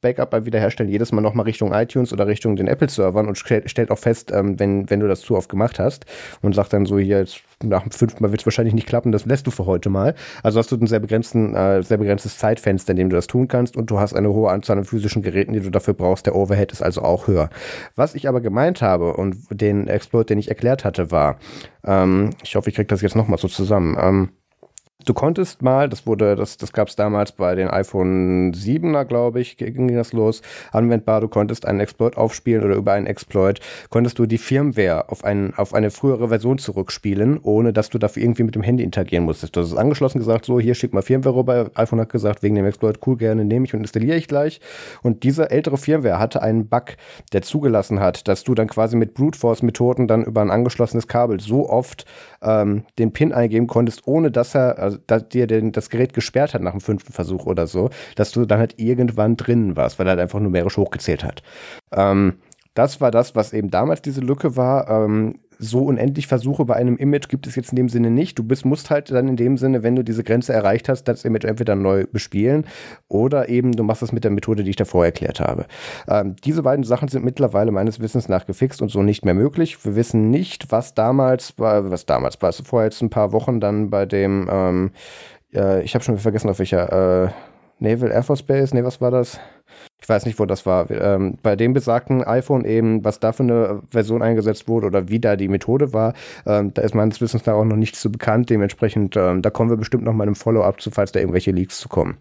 Backup beim Wiederherstellen jedes Mal nochmal Richtung iTunes oder Richtung den Apple-Servern und stellt auch fest, wenn du das zu oft gemacht hast und sagt dann so, hier, jetzt nach dem 5. Mal wird es wahrscheinlich nicht klappen, das lässt du für heute mal. Also hast du ein sehr begrenztes Zeitfenster, in dem du das tun kannst und du hast eine hohe Anzahl an physischen Geräten, die du dafür brauchst. Der Overhead ist also auch höher. Was ich aber gemeint habe und den Exploit, den ich erklärt hatte, war, ich hoffe, ich kriege das jetzt nochmal so zusammen, du konntest mal, das gab es damals bei den iPhone 7er, glaube ich, ging das los, anwendbar, du konntest einen Exploit aufspielen oder über einen Exploit konntest du die Firmware auf eine frühere Version zurückspielen, ohne dass du dafür irgendwie mit dem Handy interagieren musstest. Du hast es angeschlossen, gesagt, so, hier schick mal Firmware rüber. iPhone hat gesagt, wegen dem Exploit, cool, gerne, nehme ich und installiere ich gleich. Und diese ältere Firmware hatte einen Bug, der zugelassen hat, dass du dann quasi mit Brute Force Methoden dann über ein angeschlossenes Kabel so oft den PIN eingeben konntest, ohne dass dir das Gerät gesperrt hat nach dem 5. Versuch oder so, dass du dann halt irgendwann drinnen warst, weil er halt einfach numerisch hochgezählt hat. Das war das, was eben damals diese Lücke war. So unendlich Versuche bei einem Image gibt es jetzt in dem Sinne nicht. Du musst halt dann in dem Sinne, wenn du diese Grenze erreicht hast, das Image entweder neu bespielen oder eben du machst das mit der Methode, die ich davor erklärt habe. Diese beiden Sachen sind mittlerweile meines Wissens nach gefixt und so nicht mehr möglich. Wir wissen nicht, was damals war, vor jetzt ein paar Wochen dann bei dem, ich habe schon vergessen, auf welcher, Naval Air Force Base, was war das? Ich weiß nicht, wo das war. Bei dem besagten iPhone eben, was da für eine Version eingesetzt wurde oder wie da die Methode war, da ist meines Wissens nach auch noch nichts so bekannt. Dementsprechend, da kommen wir bestimmt noch mal im Follow-up zu, falls da irgendwelche Leaks zu kommen.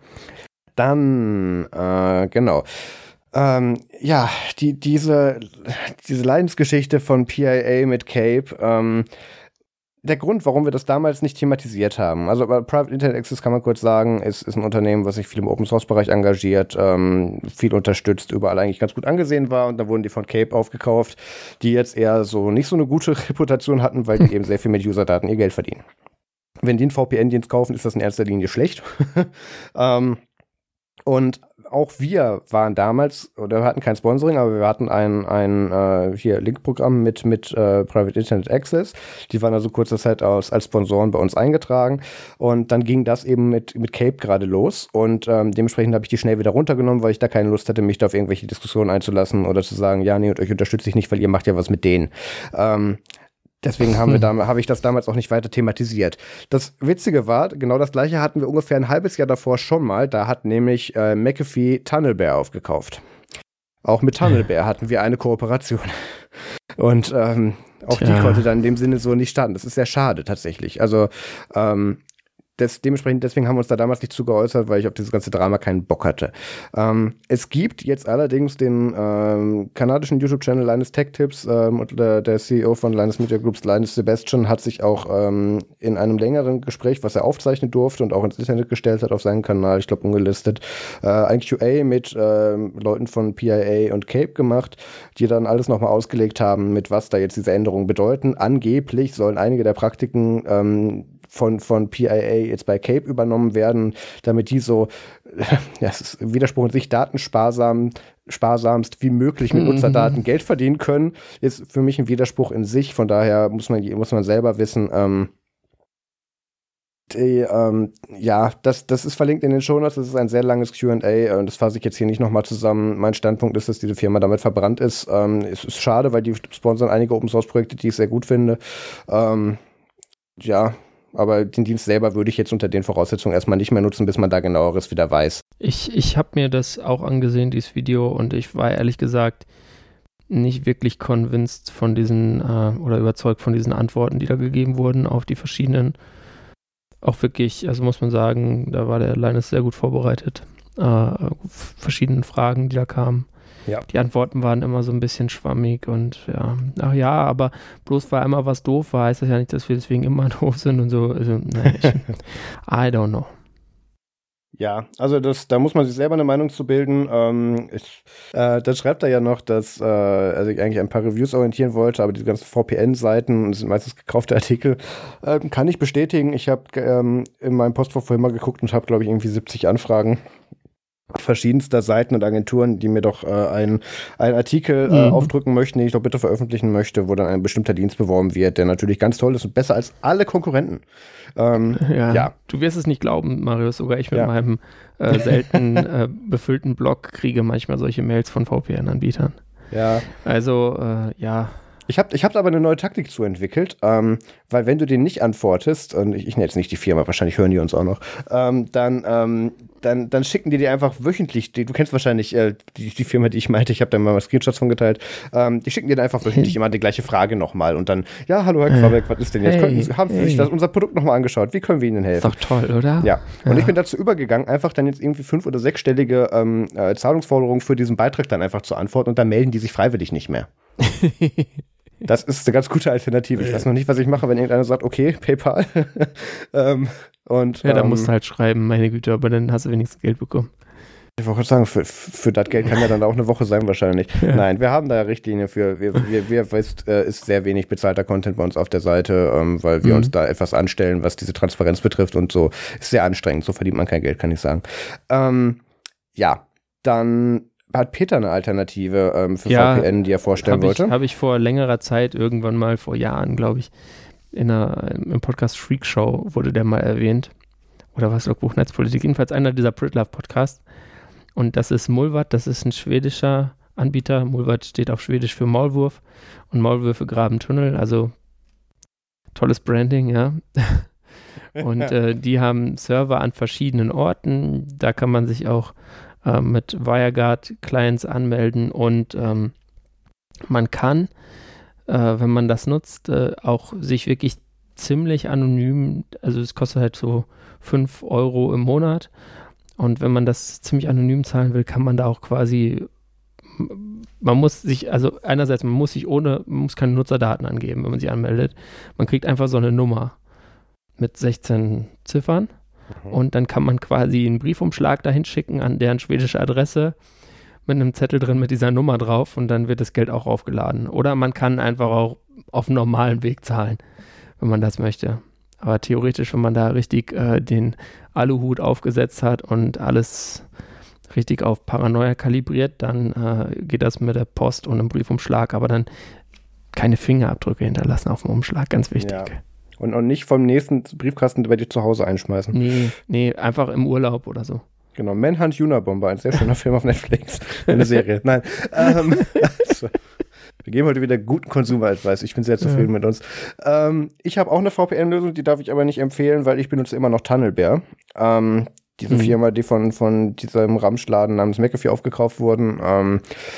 Dann, genau. Ja, diese Leidensgeschichte von PIA mit Cape, der Grund, warum wir das damals nicht thematisiert haben, also bei Private Internet Access kann man kurz sagen, ist ein Unternehmen, was sich viel im Open-Source-Bereich engagiert, viel unterstützt, überall eigentlich ganz gut angesehen war und da wurden die von Cape aufgekauft, die jetzt eher so nicht so eine gute Reputation hatten, weil die eben sehr viel mit User-Daten ihr Geld verdienen. Wenn die einen VPN-Dienst kaufen, ist das in erster Linie schlecht. Und auch wir waren damals, oder wir hatten kein Sponsoring, aber wir hatten ein Link-Programm mit Private Internet Access. Die waren also kurzer Zeit als Sponsoren bei uns eingetragen. Und dann ging das eben mit Cape gerade los. Und dementsprechend habe ich die schnell wieder runtergenommen, weil ich da keine Lust hatte, mich da auf irgendwelche Diskussionen einzulassen oder zu sagen, ja, nee, und euch unterstütze ich nicht, weil ihr macht ja was mit denen. Deswegen habe ich das damals auch nicht weiter thematisiert. Das Witzige war, genau das Gleiche hatten wir ungefähr ein halbes Jahr davor schon mal. Da hat nämlich McAfee TunnelBear aufgekauft. Auch mit TunnelBear hatten wir eine Kooperation. Und auch die konnte dann in dem Sinne so nicht starten. Das ist sehr schade tatsächlich. Also deswegen haben wir uns da damals nicht zu geäußert, weil ich auf dieses ganze Drama keinen Bock hatte. Es gibt jetzt allerdings den kanadischen YouTube-Channel Linus Tech Tips und der CEO von Linus Media Groups, Linus Sebastian, hat sich auch in einem längeren Gespräch, was er aufzeichnen durfte und auch ins Internet gestellt hat auf seinen Kanal, ich glaube ungelistet, ein QA mit Leuten von PIA und Cape gemacht, die dann alles nochmal ausgelegt haben, mit was da jetzt diese Änderungen bedeuten. Angeblich sollen einige der Praktiken von PIA jetzt bei Cape übernommen werden, damit die so, es ist ein Widerspruch in sich, datensparsamst wie möglich mit Nutzerdaten Geld verdienen können, ist für mich ein Widerspruch in sich. Von daher muss man selber wissen, das ist verlinkt in den Shownotes, das ist ein sehr langes Q&A und das fasse ich jetzt hier nicht nochmal zusammen. Mein Standpunkt ist, dass diese Firma damit verbrannt ist. Es ist schade, weil die sponsern einige Open-Source-Projekte, die ich sehr gut finde. Aber den Dienst selber würde ich jetzt unter den Voraussetzungen erstmal nicht mehr nutzen, bis man da genaueres wieder weiß. Ich habe mir das auch angesehen, dieses Video, und ich war ehrlich gesagt nicht wirklich convinced von diesen oder überzeugt von diesen Antworten, die da gegeben wurden auf die verschiedenen, auch wirklich, also muss man sagen, da war der Linus sehr gut vorbereitet, verschiedenen Fragen, die da kamen. Ja. Die Antworten waren immer so ein bisschen schwammig und aber bloß weil einmal was doof war, heißt das ja nicht, dass wir deswegen immer doof sind und so. Also, I don't know. Ja, also da muss man sich selber eine Meinung zu bilden. Das schreibt er ja noch, dass er sich eigentlich ein paar Reviews orientieren wollte, aber die ganzen VPN-Seiten sind meistens gekaufte Artikel. Kann ich bestätigen. Ich habe in meinem Postfach vorhin mal geguckt und habe, glaube ich, irgendwie 70 Anfragen verschiedenster Seiten und Agenturen, die mir doch einen Artikel aufdrücken möchten, den ich doch bitte veröffentlichen möchte, wo dann ein bestimmter Dienst beworben wird, der natürlich ganz toll ist und besser als alle Konkurrenten. Ja. Du wirst es nicht glauben, Marius, sogar ich mit meinem selten befüllten Blog kriege manchmal solche Mails von VPN-Anbietern. Ja. Also, ja. Ich hab aber eine neue Taktik zu entwickelt, weil wenn du denen nicht antwortest, und ich nenne jetzt nicht die Firma, wahrscheinlich hören die uns auch noch, dann schicken die dir einfach wöchentlich, du kennst wahrscheinlich die Firma, die ich meinte, ich habe da mal Screenshots von geteilt, die schicken dir dann einfach wöchentlich immer die gleiche Frage nochmal und dann, ja, hallo Herr Quabeck, was ist denn jetzt? Haben Sie sich unser Produkt nochmal angeschaut? Wie können wir Ihnen helfen? Ist doch toll, oder? Ja, und ich bin dazu übergegangen, einfach dann jetzt irgendwie 5- oder 6-stellige Zahlungsforderungen für diesen Beitrag dann einfach zu antworten und dann melden die sich freiwillig nicht mehr. Das ist eine ganz gute Alternative. Ich weiß noch nicht, was ich mache, wenn irgendeiner sagt, okay, PayPal. Da musst du halt schreiben, meine Güte, aber dann hast du wenigstens Geld bekommen. Ich wollte sagen, für das Geld kann ja dann auch eine Woche sein wahrscheinlich. Ja. Nein, wir haben da Richtlinie für. Ist sehr wenig bezahlter Content bei uns auf der Seite, weil wir uns da etwas anstellen, was diese Transparenz betrifft und so. Ist sehr anstrengend, so verdient man kein Geld, kann ich sagen. Dann hat Peter eine Alternative für VPN, die er vorstellen wollte? Habe ich vor längerer Zeit, irgendwann mal vor Jahren, glaube ich, im Podcast Freak Show wurde der mal erwähnt. Oder was, Logbuch Netzpolitik? Jedenfalls einer dieser Pritlove-Podcasts. Und das ist Mullvad, das ist ein schwedischer Anbieter. Mullvad steht auf Schwedisch für Maulwurf und Maulwürfe graben Tunnel, also tolles Branding, ja. Und die haben Server an verschiedenen Orten. Da kann man sich auch mit WireGuard-Clients anmelden und man kann, wenn man das nutzt, auch sich wirklich ziemlich anonym, also es kostet halt so 5 € im Monat und wenn man das ziemlich anonym zahlen will, kann man da auch quasi, man muss keine Nutzerdaten angeben, wenn man sich anmeldet. Man kriegt einfach so eine Nummer mit 16 Ziffern. Und dann kann man quasi einen Briefumschlag dahin schicken an deren schwedische Adresse mit einem Zettel drin mit dieser Nummer drauf und dann wird das Geld auch aufgeladen. Oder man kann einfach auch auf einem normalen Weg zahlen, wenn man das möchte. Aber theoretisch, wenn man da richtig den Aluhut aufgesetzt hat und alles richtig auf Paranoia kalibriert, dann geht das mit der Post und einem Briefumschlag, aber dann keine Fingerabdrücke hinterlassen auf dem Umschlag, ganz wichtig. Ja. Und nicht vom nächsten Briefkasten bei dir zu Hause einschmeißen. Nee, einfach im Urlaub oder so. Genau, Manhunt Unabomber, ein sehr schöner Film auf Netflix. Eine Serie. Nein. Also, wir geben heute wieder guten Consumer-Advice. Ich bin sehr zufrieden mit uns. Ich habe auch eine VPN-Lösung, die darf ich aber nicht empfehlen, weil ich benutze immer noch Tunnelbear. Diese Firma, die von diesem Ramschladen namens McAfee aufgekauft wurden.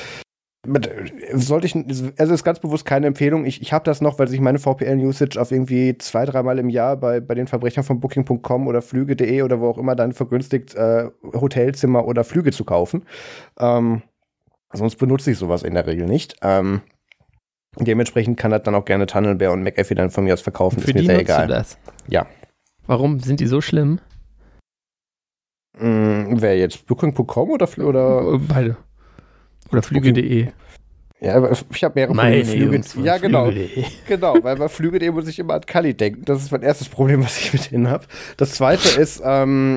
Ist ganz bewusst keine Empfehlung. Ich habe das noch, weil sich meine VPN-Usage auf irgendwie 2-3 Mal im Jahr bei den Verbrechern von Booking.com oder Flüge.de oder wo auch immer dann vergünstigt, Hotelzimmer oder Flüge zu kaufen. Sonst benutze ich sowas in der Regel nicht. Dementsprechend kann das dann auch gerne Tunnelbear und McAfee dann von mir aus verkaufen. Für ist mir sehr egal. Du das? Ja. Warum sind die so schlimm? Wer jetzt? Booking.com oder beide. Oder Flüge.de. Ja, aber ich habe mehrere Flüge. Ja, genau. Genau, weil bei Flüge.de muss ich immer an Kali denken. Das ist mein erstes Problem, was ich mit denen habe. Das zweite ist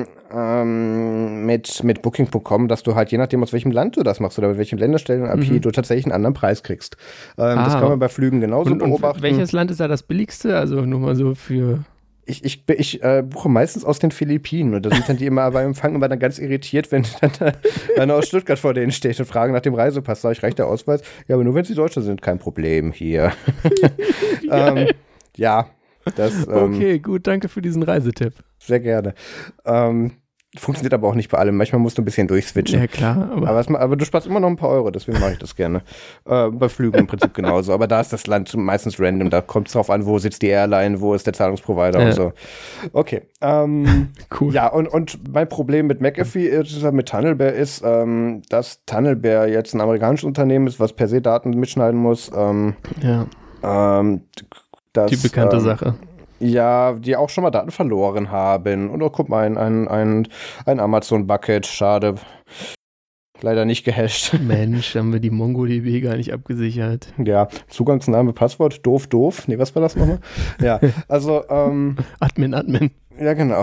mit Booking.com, dass du halt je nachdem, aus welchem Land du das machst oder mit welchen Länderstellen du tatsächlich einen anderen Preis kriegst. Das kann man bei Flügen genauso beobachten. Welches Land ist da das billigste? Also nur mal so für... Ich buche meistens aus den Philippinen und da sind dann die immer beim Empfang immer dann ganz irritiert, wenn dann einer aus Stuttgart vor denen steht und fragen nach dem Reisepass. Sag ich, reicht der Ausweis? Ja, aber nur wenn sie Deutsche sind, kein Problem hier. Okay, gut, danke für diesen Reisetipp. Sehr gerne. Funktioniert aber auch nicht bei allem. Manchmal musst du ein bisschen durchswitchen. Ja, klar. Aber du sparst immer noch ein paar Euro, deswegen mache ich das gerne. Bei Flügen im Prinzip genauso. Aber da ist das Land meistens random. Da kommt es drauf an, wo sitzt die Airline, wo ist der Zahlungsprovider und so. Okay. Cool. Ja, und mein Problem mit McAfee mit Tunnelbear ist, dass Tunnelbear jetzt ein amerikanisches Unternehmen ist, was per se Daten mitschneiden muss. Die bekannte Sache. Ja, die auch schon mal Daten verloren haben. Und guck mal, ein Amazon-Bucket, schade. Leider nicht gehasht. Mensch, haben wir die MongoDB gar nicht abgesichert. Ja, Zugangsname, Passwort, doof. Nee, was war das nochmal? Ja, also, Admin. Ja, genau.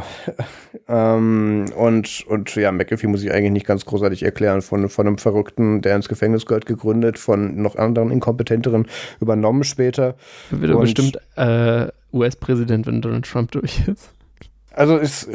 Und ja, McAfee muss ich eigentlich nicht ganz großartig erklären. Von einem Verrückten, der ins Gefängnis gehört, gegründet, von noch anderen Inkompetenteren übernommen später. Wird er bestimmt US-Präsident, wenn Donald Trump durch ist. Also es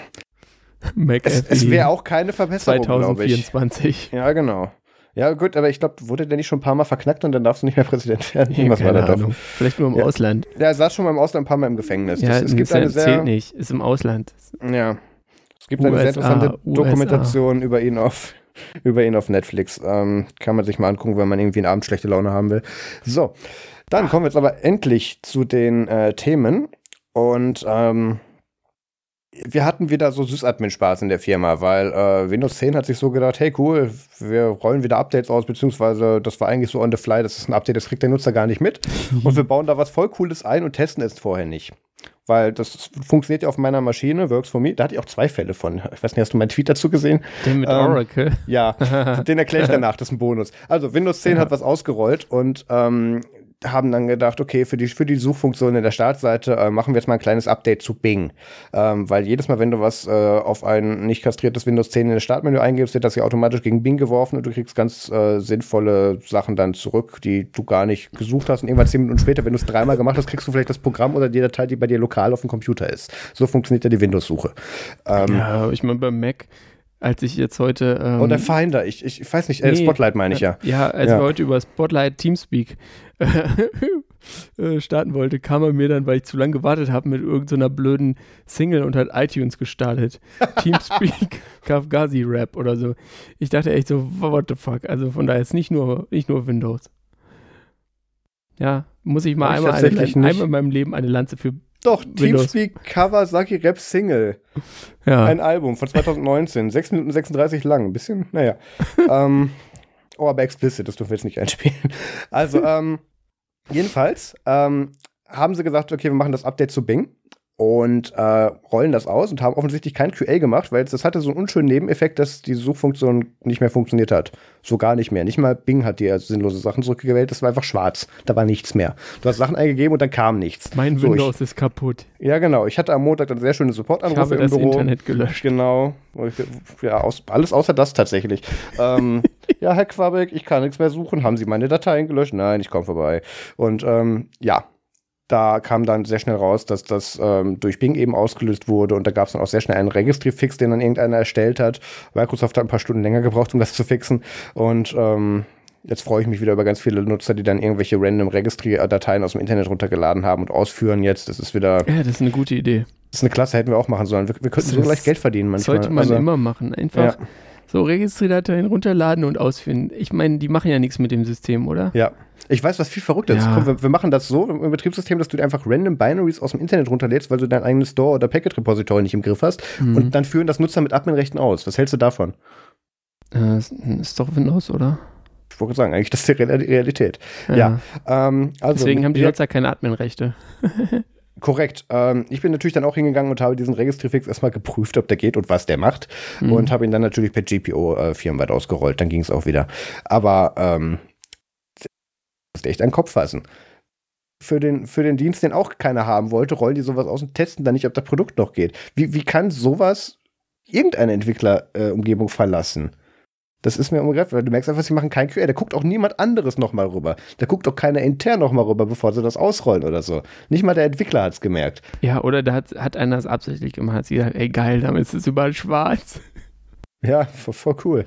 wäre auch keine Verbesserung, 2024. Ja, genau. Ja, gut, aber ich glaube, wurde der nicht schon ein paar Mal verknackt und dann darfst du nicht mehr Präsident werden? Irgendwas war da doch. Vielleicht nur im Ausland. Ja, er saß schon mal im Ausland ein paar Mal im Gefängnis. Ja, es gibt eine zählt nicht, ist im Ausland. Ja. Es gibt eine sehr interessante Dokumentation über ihn auf Netflix. Kann man sich mal angucken, wenn man irgendwie einen Abend schlechte Laune haben will. So, dann kommen wir jetzt aber endlich zu den Themen. Und wir hatten wieder so Sysadmin-Spaß in der Firma, weil Windows 10 hat sich so gedacht, hey cool, wir rollen wieder Updates aus, beziehungsweise das war eigentlich so on the fly, das ist ein Update, das kriegt der Nutzer gar nicht mit. Und wir bauen da was voll Cooles ein und testen es vorher nicht. Weil das funktioniert ja auf meiner Maschine, works for me. Da hatte ich auch 2 Fälle von. Ich weiß nicht, hast du meinen Tweet dazu gesehen? Den mit Oracle? Ja, den erkläre ich danach, das ist ein Bonus. Also Windows 10 hat was ausgerollt und haben dann gedacht, okay, für die Suchfunktion in der Startseite machen wir jetzt mal ein kleines Update zu Bing. Weil jedes Mal, wenn du was auf ein nicht kastriertes Windows 10 in das Startmenü eingibst, wird das ja automatisch gegen Bing geworfen und du kriegst ganz sinnvolle Sachen dann zurück, die du gar nicht gesucht hast. Und irgendwann 10 Minuten später, wenn du es 3-mal gemacht hast, kriegst du vielleicht das Programm oder die Datei, die bei dir lokal auf dem Computer ist. So funktioniert ja die Windows-Suche. Ja, ich meine, beim Mac, als ich jetzt heute der Finder, ich weiß nicht, Spotlight meine ich ja. Ja, als wir heute über Spotlight Teamspeak starten wollte, kam er mir dann, weil ich zu lange gewartet habe, mit irgendeiner blöden Single und hat iTunes gestartet. Teamspeak Kafkazi Rap oder so. Ich dachte echt so, what the fuck? Also von daher ist nicht nur Windows. Ja, muss ich mal einmal in meinem Leben eine Lanze für Doch, Teamspeak Kawasaki Rap Single. Ja. Ein Album von 2019. 6 Minuten 36 lang. Ein bisschen, naja. Aber explicit, das dürfen wir jetzt nicht einspielen. Also, jedenfalls haben sie gesagt, okay, wir machen das Update zu Bing und rollen das aus und haben offensichtlich kein QA gemacht, weil das hatte so einen unschönen Nebeneffekt, dass die Suchfunktion nicht mehr funktioniert hat. So gar nicht mehr. Nicht mal Bing hat dir sinnlose Sachen zurückgewählt, das war einfach schwarz. Da war nichts mehr. Du hast Sachen eingegeben und dann kam nichts. Mein Windows ist kaputt. Ja, genau. Ich hatte am Montag dann sehr schöne Support-Anrufe im Büro. Ich habe das Internet gelöscht. Genau. Ja, alles außer das tatsächlich. Ja, Herr Quabeck, ich kann nichts mehr suchen. Haben Sie meine Dateien gelöscht? Nein, ich komme vorbei. Und ja, da kam dann sehr schnell raus, dass das durch Bing eben ausgelöst wurde und da gab es dann auch sehr schnell einen Registry-Fix, den dann irgendeiner erstellt hat. Microsoft hat ein paar Stunden länger gebraucht, um das zu fixen und jetzt freue ich mich wieder über ganz viele Nutzer, die dann irgendwelche random Registry-Dateien aus dem Internet runtergeladen haben und ausführen jetzt. Das ist wieder... Ja, das ist eine gute Idee. Das ist eine Klasse, hätten wir auch machen sollen. Wir könnten so gleich Geld verdienen manchmal. Sollte man immer machen. Einfach so Registry-Dateien runterladen und ausführen. Ich meine, die machen ja nichts mit dem System, oder? Ja. Ich weiß, was viel verrückter ist. Komm, wir machen das so im Betriebssystem, dass du dir einfach random Binaries aus dem Internet runterlädst, weil du dein eigenes Store- oder Packet-Repository nicht im Griff hast. Und dann führen das Nutzer mit Adminrechten aus. Was hältst du davon? Ist doch Windows, oder? Ich wollte sagen, eigentlich das ist die Realität. Ja. Also deswegen haben die Nutzer keine Adminrechte. Korrekt. Ich bin natürlich dann auch hingegangen und habe diesen Registry-Fix erstmal geprüft, ob der geht und was der macht. Und habe ihn dann natürlich per GPO firmenweit ausgerollt. Dann ging es auch wieder. Aber musst echt an den Kopf fassen. Für den Dienst, den auch keiner haben wollte, rollen die sowas aus und testen dann nicht, ob das Produkt noch geht. Wie kann sowas irgendeine Entwicklerumgebung verlassen? Das ist mir umgreift, weil du merkst einfach, sie machen kein QA. Da guckt auch niemand anderes nochmal rüber. Da guckt auch keiner intern nochmal rüber, bevor sie das ausrollen oder so. Nicht mal der Entwickler hat's gemerkt. Ja, oder da hat einer das absichtlich gemacht, hat sie gesagt, ey geil, damit ist es überall schwarz. Ja, voll cool.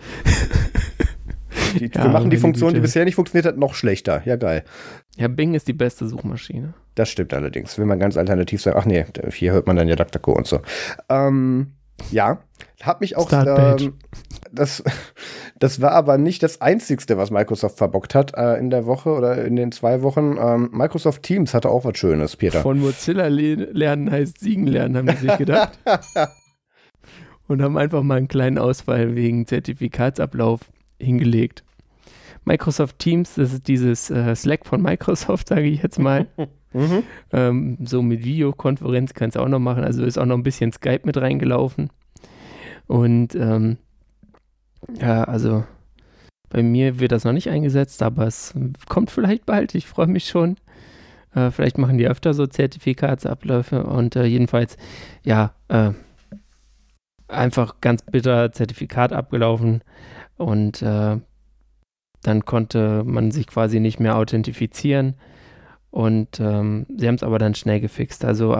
Wir machen die Funktion, die bisher nicht funktioniert hat, noch schlechter. Ja, geil. Ja, Bing ist die beste Suchmaschine. Das stimmt allerdings. Will man ganz alternativ sagen, ach nee, hier hört man dann ja DuckDuckGo und so. Ja, hat mich auch das war aber nicht das Einzigste, was Microsoft verbockt hat in der Woche oder in den 2 Wochen. Microsoft Teams hatte auch was Schönes, Peter. Von Mozilla lernen heißt Siegen lernen, haben die sich gedacht. Und haben einfach mal einen kleinen Ausfall wegen Zertifikatsablauf hingelegt. Microsoft Teams, das ist dieses Slack von Microsoft, sage ich jetzt mal. So mit Videokonferenz kannst du auch noch machen. Also ist auch noch ein bisschen Skype mit reingelaufen. Und ja, also bei mir wird das noch nicht eingesetzt, aber es kommt vielleicht bald. Ich freue mich schon. Vielleicht machen die öfter so Zertifikatsabläufe und jedenfalls, einfach ganz bitter Zertifikat abgelaufen und dann konnte man sich quasi nicht mehr authentifizieren und sie haben es aber dann schnell gefixt. Also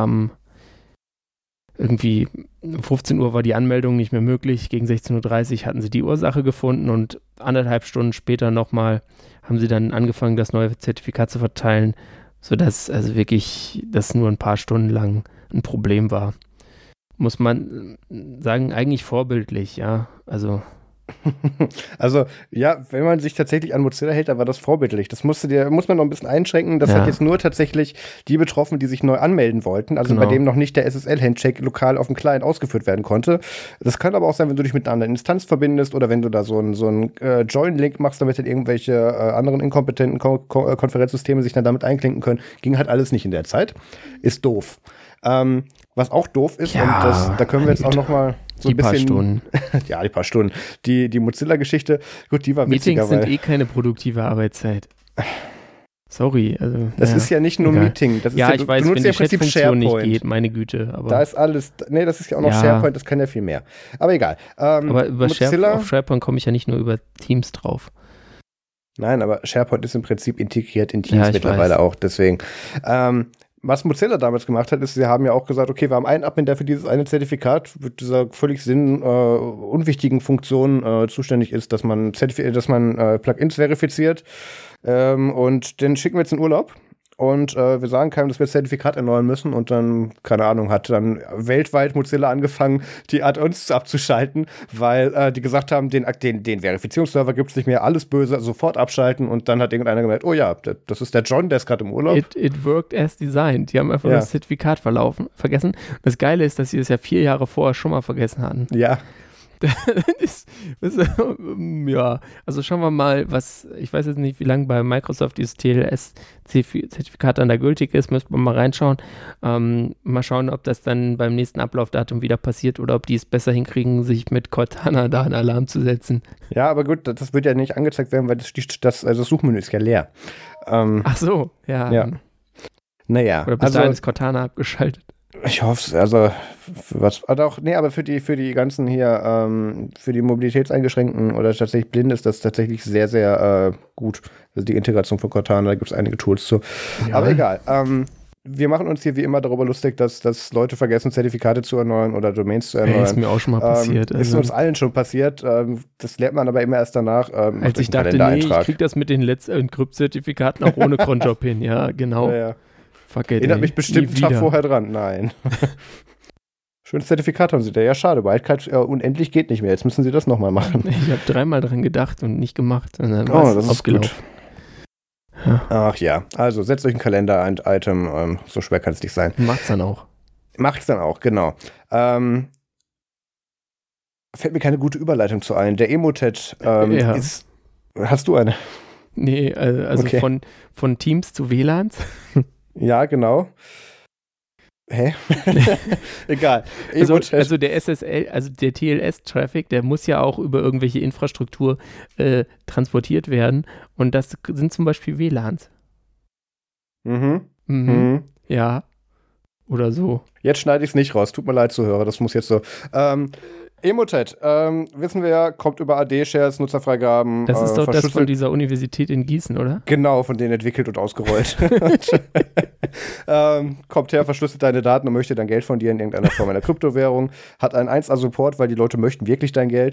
irgendwie 15 Uhr war die Anmeldung nicht mehr möglich, gegen 16:30 Uhr hatten sie die Ursache gefunden und 1,5 Stunden später nochmal haben sie dann angefangen, das neue Zertifikat zu verteilen, sodass also wirklich das nur ein paar Stunden lang ein Problem war. Muss man sagen, eigentlich vorbildlich, ja, also Also, ja, wenn man sich tatsächlich an Mozilla hält, dann war das vorbildlich. Das muss man noch ein bisschen einschränken. Das hat jetzt nur tatsächlich die betroffen, die sich neu anmelden wollten. Also bei dem noch nicht der SSL-Handshake lokal auf dem Client ausgeführt werden konnte. Das kann aber auch sein, wenn du dich mit einer anderen Instanz verbindest oder wenn du da so einen Join-Link machst, damit dann irgendwelche anderen inkompetenten Konferenzsysteme sich dann damit einklinken können. Ging halt alles nicht in der Zeit. Ist doof. Was auch doof ist, und da können wir jetzt auch noch mal so ein bisschen... Die paar Stunden. Ja, die paar Stunden. Die Mozilla-Geschichte, gut, die war witziger. Meetings sind keine produktive Arbeitszeit. Sorry. Also, das ist ja nicht nur Meeting. Das ist ich weiß, wenn die Chat-Funktion nicht geht, meine Güte. Aber da ist alles... Nee, das ist ja auch noch SharePoint, das kann ja viel mehr. Aber egal. Aber auf SharePoint komme ich ja nicht nur über Teams drauf. Nein, aber SharePoint ist im Prinzip integriert in Teams mittlerweile auch, deswegen... Was Mozilla damals gemacht hat, ist, sie haben ja auch gesagt, okay, wir haben einen Admin, der für dieses eine Zertifikat mit dieser völlig unwichtigen Funktion zuständig ist, dass man Plugins verifiziert. Und den schicken wir jetzt in Urlaub. Und wir sagen keinem, dass wir das Zertifikat erneuern müssen. Und dann, keine Ahnung, hat dann weltweit Mozilla angefangen, die Add-ons abzuschalten, weil die gesagt haben, den Verifizierungsserver gibt es nicht mehr, alles böse, sofort abschalten. Und dann hat irgendeiner gemerkt, oh ja, das ist der John, der ist gerade im Urlaub. It worked as designed. Die haben einfach das Zertifikat vergessen. Das Geile ist, dass sie das ja 4 Jahre vorher schon mal vergessen hatten. Ja. Also schauen wir mal, ich weiß jetzt nicht, wie lange bei Microsoft dieses TLS-Zertifikat dann da gültig ist, müsste man mal reinschauen. Mal schauen, ob das dann beim nächsten Ablaufdatum wieder passiert oder ob die es besser hinkriegen, sich mit Cortana da einen Alarm zu setzen. Ja, aber gut, das wird ja nicht angezeigt werden, weil das Suchmenü ist ja leer. Ach so, ja. Naja. Oder bis dahin ist Cortana abgeschaltet. Ich hoffe es, aber für die ganzen hier, für die Mobilitätseingeschränkten oder tatsächlich Blinden ist das tatsächlich sehr, sehr gut. Also die Integration von Cortana, da gibt es einige Tools zu. Ja. Aber egal. Wir machen uns hier wie immer darüber lustig, dass Leute vergessen, Zertifikate zu erneuern oder Domains zu erneuern. Ist mir auch schon mal passiert. Ist uns allen schon passiert. Das lernt man aber immer erst danach. Als ich dachte, ich krieg das mit den letzten Encrypt-Zertifikaten auch ohne Cronjob hin. Ja, genau. Ja. Fuck it, erinnert mich bestimmt einen Tag vorher dran. Nein. Schönes Zertifikat haben sie da. Ja, schade. Wildcard unendlich geht nicht mehr. Jetzt müssen sie das nochmal machen. Ich habe 3-mal dran gedacht und nicht gemacht. Und dann war es ausgelaufen. Ja. Ach ja. Also setzt euch einen Kalender, ein Item. So schwer kann es nicht sein. Macht's dann auch. Genau. Fällt mir keine gute Überleitung zu ein. Der Emotet ist... Hast du eine? Nee, also okay. von Teams zu WLANs. Ja, genau. Hä? Egal. Also der SSL, also der TLS-Traffic, der muss ja auch über irgendwelche Infrastruktur transportiert werden. Und das sind zum Beispiel WLANs. Ja. Oder so. Jetzt schneide ich es nicht raus. Tut mir leid, Zuhörer. Das muss jetzt so. Emotet, wissen wir ja, kommt über AD-Shares, Nutzerfreigaben. Das ist doch das von dieser Universität in Gießen, oder? Genau, von denen entwickelt und ausgerollt. Kommt her, verschlüsselt deine Daten und möchte dein Geld von dir in irgendeiner Form einer Kryptowährung. Hat einen 1A-Support, weil die Leute möchten wirklich dein Geld.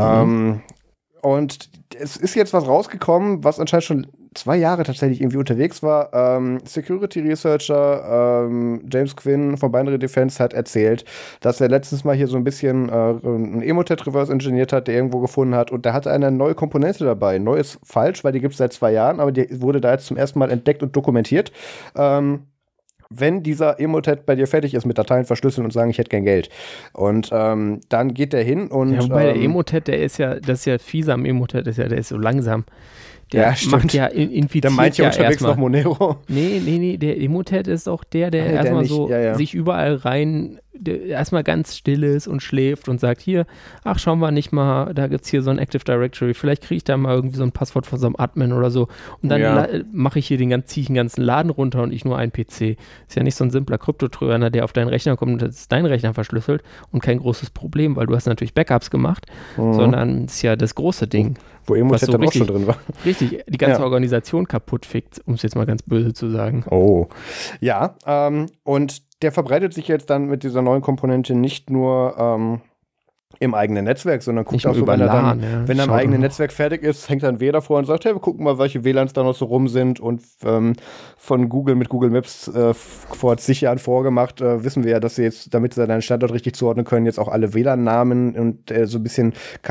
Und es ist jetzt was rausgekommen, was anscheinend schon 2 Jahre tatsächlich irgendwie unterwegs war. Security Researcher James Quinn von Binary Defense hat erzählt, dass er letztens mal hier so ein bisschen einen Emotet reverse engineert hat, der irgendwo gefunden hat. Und der hatte eine neue Komponente dabei. Neu ist falsch, weil die gibt es seit 2 Jahren, aber die wurde da jetzt zum ersten Mal entdeckt und dokumentiert. Wenn dieser Emotet bei dir fertig ist mit Dateien verschlüsseln und sagen, ich hätte kein Geld. Und dann geht der hin und... Ja, wobei der Emotet, das ist ja fies am Emotet, der ist so langsam. Der macht ja infiziert. Der meint ja unterwegs noch Monero. Nee, der Emotet ist auch der erstmal so sich überall rein erstmal ganz still ist und schläft und sagt, hier, ach, schauen wir nicht mal, da gibt es hier so ein Active Directory, vielleicht kriege ich da mal irgendwie so ein Passwort von so einem Admin oder so und dann mache ich hier ziehe ich den ganzen Laden runter und ich nur einen PC. Ist ja nicht so ein simpler Kryptotrojaner, der auf deinen Rechner kommt und das ist dein Rechner verschlüsselt und kein großes Problem, weil du hast natürlich Backups gemacht, sondern es ist ja das große Ding. Wo Emotet dann auch schon drin war. Richtig, die ganze Organisation kaputt fickt, um es jetzt mal ganz böse zu sagen. Oh, ja, und der verbreitet sich jetzt dann mit dieser neuen Komponente nicht nur im eigenen Netzwerk, sondern guckt auch so, wenn er am eigenen Netzwerk fertig ist, hängt dann W davor und sagt, hey, wir gucken mal, welche WLANs da noch so rum sind und von Google mit Google Maps vor zig Jahren vorgemacht, wissen wir ja, dass sie jetzt, damit sie deinen Standort richtig zuordnen können, jetzt auch alle WLAN-Namen und so ein bisschen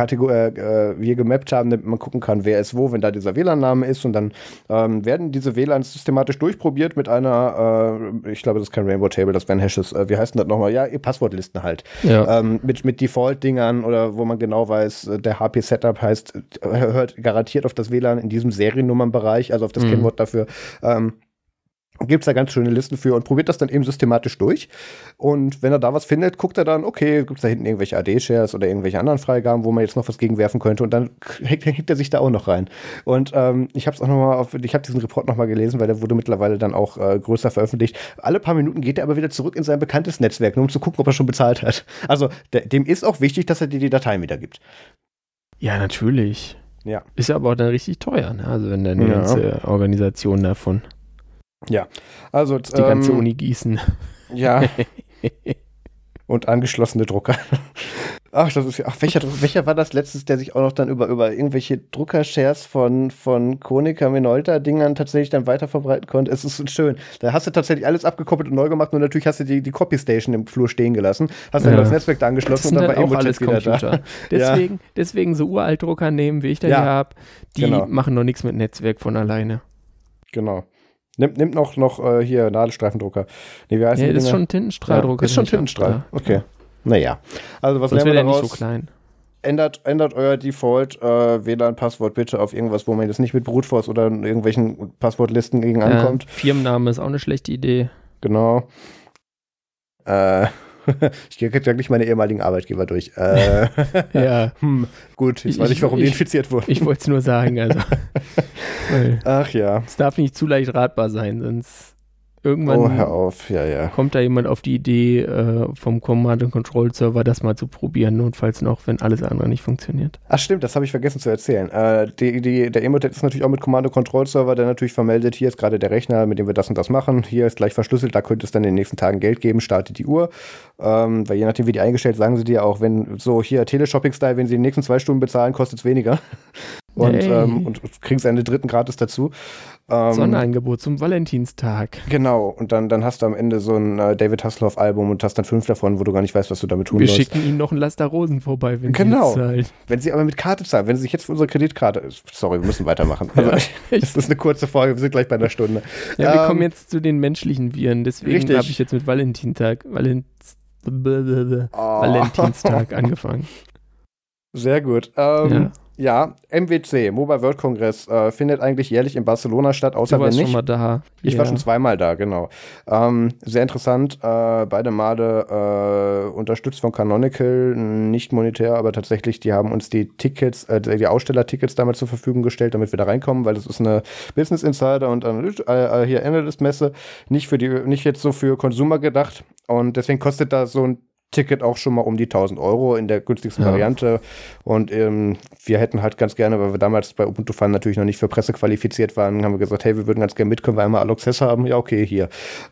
wir gemappt haben, damit man gucken kann, wer ist wo, wenn da dieser WLAN-Name ist und dann werden diese WLANs systematisch durchprobiert mit einer, ich glaube, das ist kein Rainbow Table, das wären Hashes, wie heißt denn das nochmal? Ja, Passwortlisten halt. Ja. Mit Default-Dingern oder wo man genau weiß, der HP-Setup hört garantiert auf das WLAN in diesem Seriennummernbereich, also auf das Kennwort dafür. Gibt es da ganz schöne Listen für und probiert das dann eben systematisch durch. Und wenn er da was findet, guckt er dann, okay, gibt es da hinten irgendwelche AD-Shares oder irgendwelche anderen Freigaben, wo man jetzt noch was gegenwerfen könnte und dann hängt er sich da auch noch rein. Und ich habe diesen Report nochmal gelesen, weil der wurde mittlerweile dann auch größer veröffentlicht. Alle paar Minuten geht er aber wieder zurück in sein bekanntes Netzwerk, nur um zu gucken, ob er schon bezahlt hat. Also dem ist auch wichtig, dass er dir die Dateien wiedergibt. Ja, natürlich. Ja. Ist ja aber auch dann richtig teuer, ne? Also wenn dann die ganze Organisation davon. Ja, also die ganze Uni Gießen. Ja. Und angeschlossene Drucker. Welcher war das letztes, der sich auch noch dann über irgendwelche Drucker-Shares von Konica Minolta-Dingern tatsächlich dann weiter verbreiten konnte? Es ist schön. Da hast du tatsächlich alles abgekoppelt und neu gemacht und natürlich hast du die Copy-Station im Flur stehen gelassen, hast dann das Netzwerk da angeschlossen und dann war Emotet wieder Computer. Da. Deswegen so uralt Drucker nehmen, wie ich da hier habe, die machen noch nichts mit Netzwerk von alleine. Genau. Nimmt noch hier Nadelstreifendrucker. Nee, wie heißt das ist schon ein Tintenstrahldrucker. Ist schon Tintenstrahl. Okay. Ja. Naja. Also was lernen wir daraus? Nicht so klein. Ändert euer Default WLAN-Passwort bitte auf irgendwas, wo man jetzt nicht mit Brute Force oder irgendwelchen Passwortlisten gegen ankommt. Firmenname ist auch eine schlechte Idee. Genau. Ich gehe gleich meine ehemaligen Arbeitgeber durch. Ja. Gut, jetzt weiß ich, warum die infiziert wurden. Ich wollte es nur sagen, also. Ach ja. Es darf nicht zu leicht ratbar sein, sonst irgendwann hör auf. Ja. Kommt da jemand auf die Idee, vom Command-and-Control-Server das mal zu probieren, notfalls noch, wenn alles andere nicht funktioniert. Ach stimmt, das habe ich vergessen zu erzählen. Der Emotet ist natürlich auch mit Command-and-Control-Server, der natürlich vermeldet, hier ist gerade der Rechner, mit dem wir das und das machen, hier ist gleich verschlüsselt, da könnte es dann in den nächsten Tagen Geld geben, startet die Uhr. Weil je nachdem, wie die eingestellt, sagen sie dir auch, wenn so hier Teleshopping-Style, wenn sie die nächsten 2 Stunden bezahlen, kostet es weniger. Und kriegen sie einen dritten gratis dazu. Sonderangebot zum Valentinstag. Genau, und dann hast du am Ende so ein David Hasselhoff-Album und hast dann 5 davon, wo du gar nicht weißt, was du damit tun sollst. Wir schicken ihnen noch ein Laster Rosen vorbei, wenn sie zahlen. Wenn sie aber mit Karte zahlen, wenn sie sich jetzt für unsere Kreditkarte... Sorry, wir müssen weitermachen. Also, das ist eine kurze Folge, wir sind gleich bei einer Stunde. Ja, wir kommen jetzt zu den menschlichen Viren, deswegen habe ich jetzt mit Valentinstag angefangen. Sehr gut. Ja, MWC, Mobile World Congress, findet eigentlich jährlich in Barcelona statt, außer wenn nicht. Du warst schon mal da. Ich war schon 2-mal da, genau. Sehr interessant, beide Male unterstützt von Canonical, nicht monetär, aber tatsächlich, die haben uns die Tickets, die Ausstellertickets damals zur Verfügung gestellt, damit wir da reinkommen, weil das ist eine Business Insider und hier Analyst-Messe, nicht jetzt so für Consumer gedacht und deswegen kostet da so ein Ticket auch schon mal um die 1.000 Euro in der günstigsten Variante und wir hätten halt ganz gerne, weil wir damals bei Ubuntu Fun natürlich noch nicht für Presse qualifiziert waren, haben wir gesagt, hey, wir würden ganz gerne mit, können wir einmal All-Access haben? Ja, okay, hier.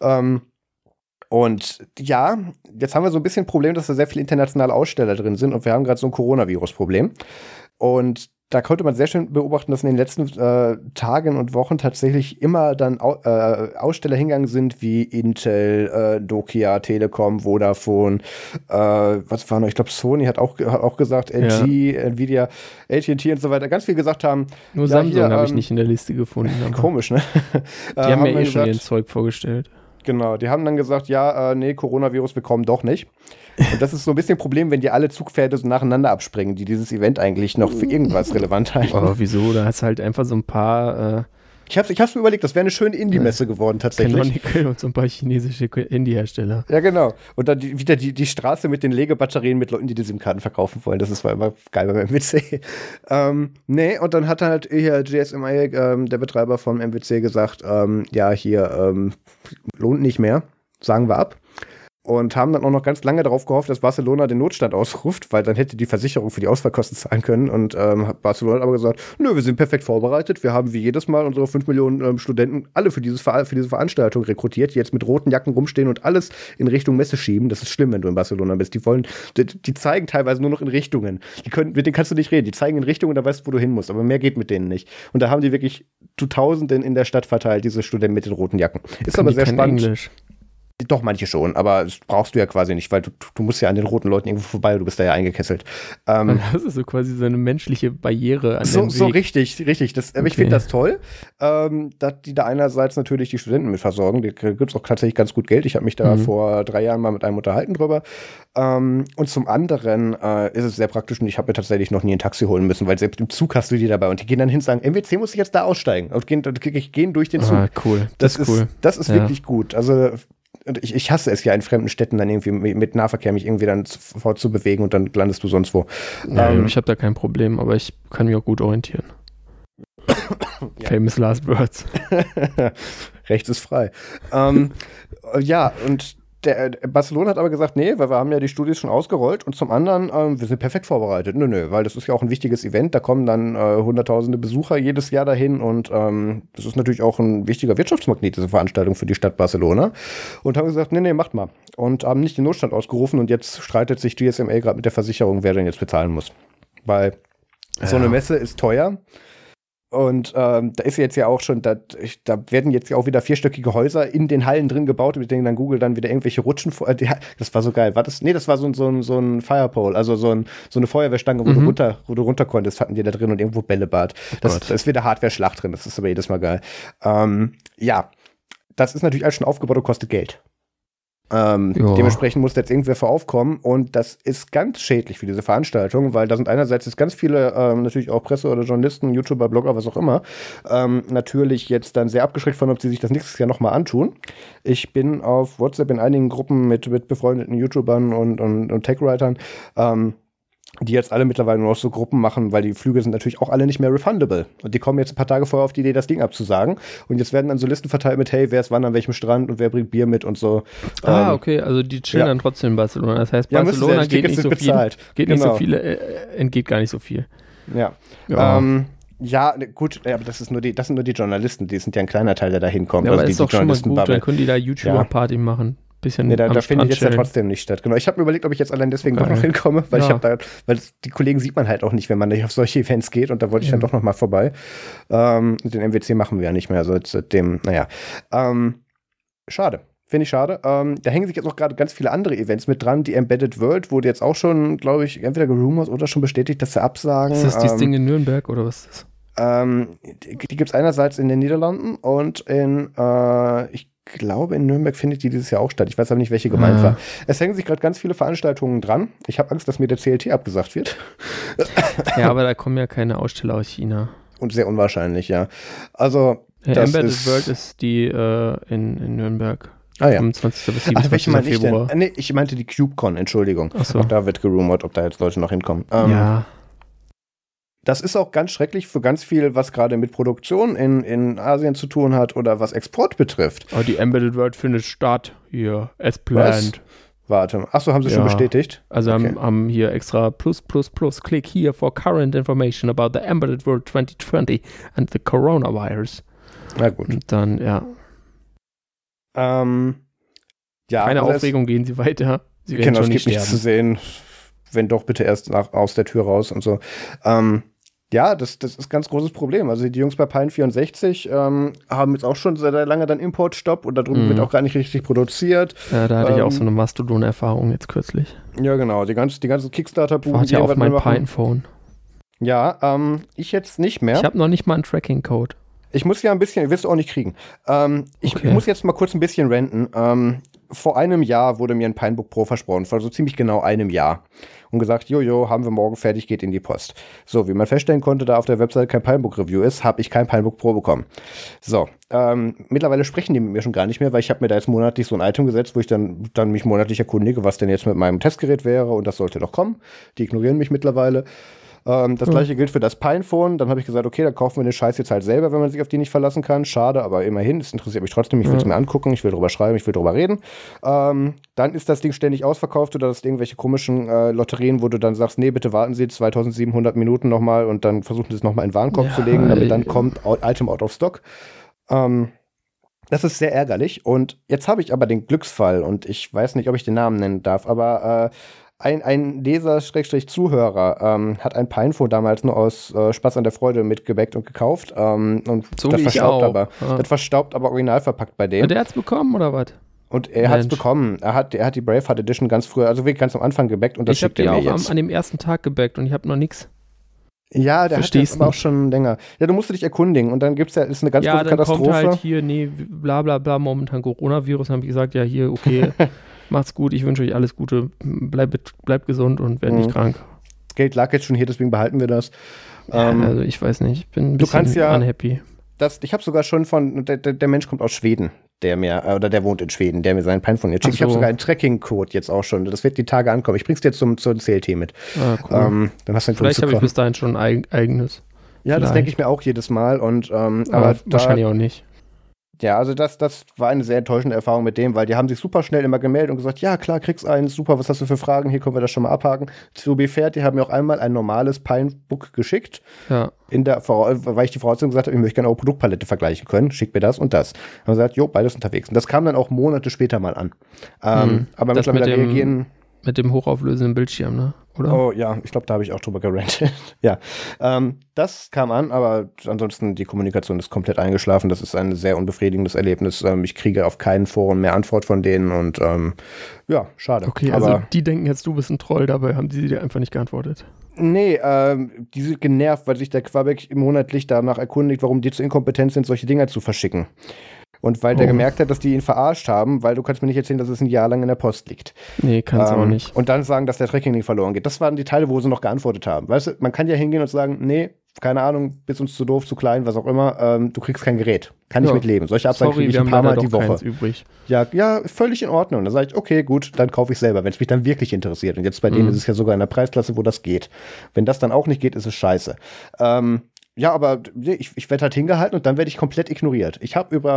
Und ja, jetzt haben wir so ein bisschen ein Problem, dass da sehr viele internationale Aussteller drin sind und wir haben gerade so ein Coronavirus-Problem. Und da konnte man sehr schön beobachten, dass in den letzten Tagen und Wochen tatsächlich immer dann Aussteller hingegangen sind, wie Intel, Nokia, Telekom, Vodafone, was war noch? Ich glaube, Sony hat auch gesagt, LG, Nvidia, AT&T und so weiter, ganz viel gesagt haben. Nur Samsung habe ich nicht in der Liste gefunden. Komisch, ne? Die haben ja schon ihr Zeug vorgestellt. Genau, die haben dann gesagt, nee, Coronavirus, wir kommen doch nicht. Und das ist so ein bisschen ein Problem, wenn die alle Zugpferde so nacheinander abspringen, die dieses Event eigentlich noch für irgendwas relevant halten. Aber wieso? Da hast du halt einfach so ein paar Ich hab's mir überlegt, das wäre eine schöne Indie-Messe geworden, tatsächlich. Canonical und so ein paar chinesische Indie-Hersteller. Ja, genau. Und dann wieder die Straße mit den Legebatterien mit Leuten, die SIM-Karten verkaufen wollen. Das war immer geil beim MWC. Nee, und dann hat halt hier GSMA, der Betreiber vom MWC, gesagt, lohnt nicht mehr, sagen wir ab. Und haben dann auch noch ganz lange darauf gehofft, dass Barcelona den Notstand ausruft, weil dann hätte die Versicherung für die Ausfallkosten zahlen können. Und Barcelona hat aber gesagt, nö, wir sind perfekt vorbereitet. Wir haben wie jedes Mal unsere 5 Millionen Studenten alle für diese Veranstaltung rekrutiert, die jetzt mit roten Jacken rumstehen und alles in Richtung Messe schieben. Das ist schlimm, wenn du in Barcelona bist. Die zeigen teilweise nur noch in Richtungen. Mit denen kannst du nicht reden. Die zeigen in Richtungen, da weißt du, wo du hin musst. Aber mehr geht mit denen nicht. Und da haben die wirklich zu Tausenden in der Stadt verteilt, diese Studenten mit den roten Jacken. Ist aber sehr spannend. Englisch. Doch, manche schon, aber das brauchst du ja quasi nicht, weil du musst ja an den roten Leuten irgendwo vorbei, du bist da ja eingekesselt. Das ist so quasi so eine menschliche Barriere an dem Weg. So richtig. Aber ich finde das toll, dass die da einerseits natürlich die Studenten mit versorgen. Da gibt es auch tatsächlich ganz gut Geld. Ich habe mich da vor 3 Jahren mal mit einem unterhalten drüber. Und zum anderen ist es sehr praktisch und ich habe mir tatsächlich noch nie ein Taxi holen müssen, weil selbst im Zug hast du die dabei und die gehen dann hin und sagen, MWC muss ich jetzt da aussteigen und gehen durch den Zug. Cool. Das ist wirklich gut. Also ich hasse es ja in fremden Städten dann irgendwie mit Nahverkehr mich irgendwie dann fortzubewegen und dann landest du sonst wo. Ich habe da kein Problem, aber ich kann mich auch gut orientieren. Ja. Famous last words. Rechts ist frei. Ja, und der Barcelona hat aber gesagt, nee, weil wir haben ja die Studis schon ausgerollt und zum anderen, wir sind perfekt vorbereitet. Nö, weil das ist ja auch ein wichtiges Event, da kommen dann hunderttausende Besucher jedes Jahr dahin und das ist natürlich auch ein wichtiger Wirtschaftsmagnet, diese Veranstaltung für die Stadt Barcelona und haben gesagt, nee, macht mal und haben nicht den Notstand ausgerufen und jetzt streitet sich GSMA gerade mit der Versicherung, wer denn jetzt bezahlen muss, weil so eine Messe ist teuer. Und da ist jetzt ja auch schon, da werden jetzt ja auch wieder 4-stöckige Häuser in den Hallen drin gebaut, mit denen dann Google dann wieder irgendwelche Rutschen das war so geil. Das war so ein Firepole, also so eine Feuerwehrstange, wo du runter konntest, hatten die da drin und irgendwo Bällebad. Da ist wieder Hardware-Schlacht drin, das ist aber jedes Mal geil. Ja, das ist natürlich alles schon aufgebaut und kostet Geld. Dementsprechend muss da jetzt irgendwer für aufkommen und das ist ganz schädlich für diese Veranstaltung, weil da sind einerseits jetzt ganz viele natürlich auch Presse oder Journalisten, YouTuber, Blogger, was auch immer, natürlich jetzt dann sehr abgeschreckt von, ob sie sich das nächstes Jahr nochmal antun. Ich bin auf WhatsApp in einigen Gruppen mit befreundeten YouTubern und Tech-Writern, die jetzt alle mittlerweile nur noch so Gruppen machen, weil die Flüge sind natürlich auch alle nicht mehr refundable. Und die kommen jetzt ein paar Tage vorher auf die Idee, das Ding abzusagen. Und jetzt werden dann so Listen verteilt mit, hey, wer ist wann an welchem Strand und wer bringt Bier mit und so. Okay, also die chillen dann trotzdem in Barcelona. Das heißt, Barcelona geht nicht so viel, entgeht gar nicht so viel. Ja. Ja, gut, aber das sind nur die Journalisten, die sind ja ein kleiner Teil, der da hinkommt. Ja, aber also ist doch schon mal gut, dann können die da YouTuber-Party machen. Nee, da findet jetzt ja trotzdem nicht statt. Genau, ich habe mir überlegt, ob ich jetzt allein deswegen doch noch hinkomme, weil weil die Kollegen sieht man halt auch nicht, wenn man nicht auf solche Events geht und da wollte ich dann doch noch mal vorbei. Den MWC machen wir ja nicht mehr, also seitdem, schade. Finde ich schade. Da hängen sich jetzt auch gerade ganz viele andere Events mit dran. Die Embedded World wurde jetzt auch schon, glaube ich, entweder gerumort oder schon bestätigt, dass sie absagen. Ist das dieses Ding in Nürnberg oder was ist das? Die gibt es einerseits in den Niederlanden und ich glaube, in Nürnberg findet die dieses Jahr auch statt. Ich weiß aber nicht, welche gemeint war. Es hängen sich gerade ganz viele Veranstaltungen dran. Ich habe Angst, dass mir der CLT abgesagt wird. Ja, aber da kommen ja keine Aussteller aus China. Und sehr unwahrscheinlich, ja. Also, Embedded World ist die in Nürnberg. Ah ja. Am 20. bis 27. Februar. Nee, ich meinte die CubeCon, Entschuldigung. Ach so. Auch da wird gerumort, ob da jetzt Leute noch hinkommen. Ja. Das ist auch ganz schrecklich für ganz viel, was gerade mit Produktion in Asien zu tun hat oder was Export betrifft. Aber die Embedded World findet statt hier, as planned. Warte, achso, haben sie schon bestätigt? Also haben hier extra +++, click here for current information about the Embedded World 2020 and the coronavirus. Na gut. Und dann, keine Aufregung, gehen Sie weiter. Sie werden genau, schon es gibt nichts zu sehen. Wenn doch, bitte erst aus der Tür raus und so. Das ist ein ganz großes Problem. Also die Jungs bei Pine 64 haben jetzt auch schon seit lange dann Importstopp und da drüben wird auch gar nicht richtig produziert. Ja, da hatte ich auch so eine Mastodon-Erfahrung jetzt kürzlich. Ja, genau. Die ganzen Kickstarter-Buchen. Warte ja auf mein Pinephone. Ja, ich jetzt nicht mehr. Ich habe noch nicht mal einen Tracking-Code. Ich muss ja ein bisschen, wirst du auch nicht kriegen. Ich muss jetzt mal kurz ein bisschen ranten. vor einem Jahr wurde mir ein Pinebook Pro versprochen, vor so ziemlich genau einem Jahr. Und gesagt, jojo, haben wir morgen fertig, geht in die Post. So, wie man feststellen konnte, da auf der Website kein Pinebook-Review ist, habe ich kein Pinebook Pro bekommen. So, mittlerweile sprechen die mit mir schon gar nicht mehr, weil ich habe mir da jetzt monatlich so ein Item gesetzt, wo ich dann mich monatlich erkundige, was denn jetzt mit meinem Testgerät wäre und das sollte doch kommen. Die ignorieren mich mittlerweile. Das gleiche gilt für das Pinephone. Dann habe ich gesagt, okay, dann kaufen wir den Scheiß jetzt halt selber, wenn man sich auf die nicht verlassen kann. Schade, aber immerhin, es interessiert mich trotzdem. Ich will es mir angucken, ich will drüber schreiben, ich will drüber reden. Dann ist das Ding ständig ausverkauft oder das irgendwelche komischen Lotterien, wo du dann sagst, nee, bitte warten Sie 2700 Minuten nochmal und dann versuchen Sie es nochmal in den Warenkorb zu legen, damit dann kommt Item out of stock. Das ist sehr ärgerlich. Und jetzt habe ich aber den Glücksfall und ich weiß nicht, ob ich den Namen nennen darf, aber ein Leser-Zuhörer hat ein Pinephone damals nur aus Spaß an der Freude mitgebackt und gekauft. Und so das wie verstaubt ich auch. aber. Das verstaubt aber original verpackt bei dem. Und der hat's bekommen, oder was? Und er hat's bekommen. Er hat die Braveheart Edition ganz früher, also wirklich ganz am Anfang gebackt und das schickt er mir jetzt. Ich habe die auch an dem ersten Tag gebackt und ich habe noch nichts. Ja, der hat das aber auch schon länger. Ja, du musst dich erkundigen und dann ist eine ganz große Katastrophe. Ja, dann kommt halt hier, bla bla bla, momentan Coronavirus, habe ich gesagt, ja hier, okay, macht's gut, ich wünsche euch alles Gute, bleibt gesund und werdet nicht krank. Das Geld lag jetzt schon hier, deswegen behalten wir das. Also ich weiß nicht, ich bin ein bisschen unhappy. Ich habe sogar schon der Mensch kommt aus Schweden, der wohnt in Schweden, der mir seinen Pinephone jetzt schickt. Ich habe sogar einen Tracking-Code jetzt auch schon. Das wird die Tage ankommen. Ich bring's dir jetzt zum CLT mit. Cool. Dann hast du Vielleicht habe ich bis dahin schon ein eigenes. Ja, das denke ich mir auch jedes Mal. Aber wahrscheinlich auch nicht. Ja, also das war eine sehr enttäuschende Erfahrung mit dem, weil die haben sich super schnell immer gemeldet und gesagt, ja klar, kriegst eins, super, was hast du für Fragen, hier können wir das schon mal abhaken. To be fair, die haben mir auch einmal ein normales Pinebook geschickt, weil ich die Voraussetzung gesagt habe, ich möchte gerne eure Produktpalette vergleichen können, schickt mir das und das. Haben gesagt, jo, beides unterwegs. Und das kam dann auch Monate später mal an. Aber mittlerweile reagieren... Mit dem hochauflösenden Bildschirm, ne? Oder? Oh ja, ich glaube, da habe ich auch drüber gerantet. Ja, das kam an, aber ansonsten die Kommunikation ist komplett eingeschlafen. Das ist ein sehr unbefriedigendes Erlebnis. Ich kriege auf keinen Forum mehr Antwort von denen und ja, schade. Okay, also die denken jetzt, du bist ein Troll, dabei haben die dir einfach nicht geantwortet. Nee, die sind genervt, weil sich der Quabeck monatlich danach erkundigt, warum die zu inkompetent sind, solche Dinger zu verschicken. Und weil der gemerkt hat, dass die ihn verarscht haben, weil du kannst mir nicht erzählen, dass es ein Jahr lang in der Post liegt. Nee, kannst auch nicht. Und dann sagen, dass der Tracking nicht verloren geht. Das waren die Teile, wo sie noch geantwortet haben. Weißt du, man kann ja hingehen und sagen, nee, keine Ahnung, bist uns zu doof, zu klein, was auch immer, du kriegst kein Gerät. Kann ich mitleben. Solche Absagen kriege ich ein paar Mal die Woche. Übrig. Ja, völlig in Ordnung. Dann sage ich, okay, gut, dann kaufe ich selber, wenn es mich dann wirklich interessiert. Und jetzt bei denen ist es ja sogar in der Preisklasse, wo das geht. Wenn das dann auch nicht geht, ist es scheiße. Ja, aber ich werde halt hingehalten und dann werde ich komplett ignoriert. Ich habe ich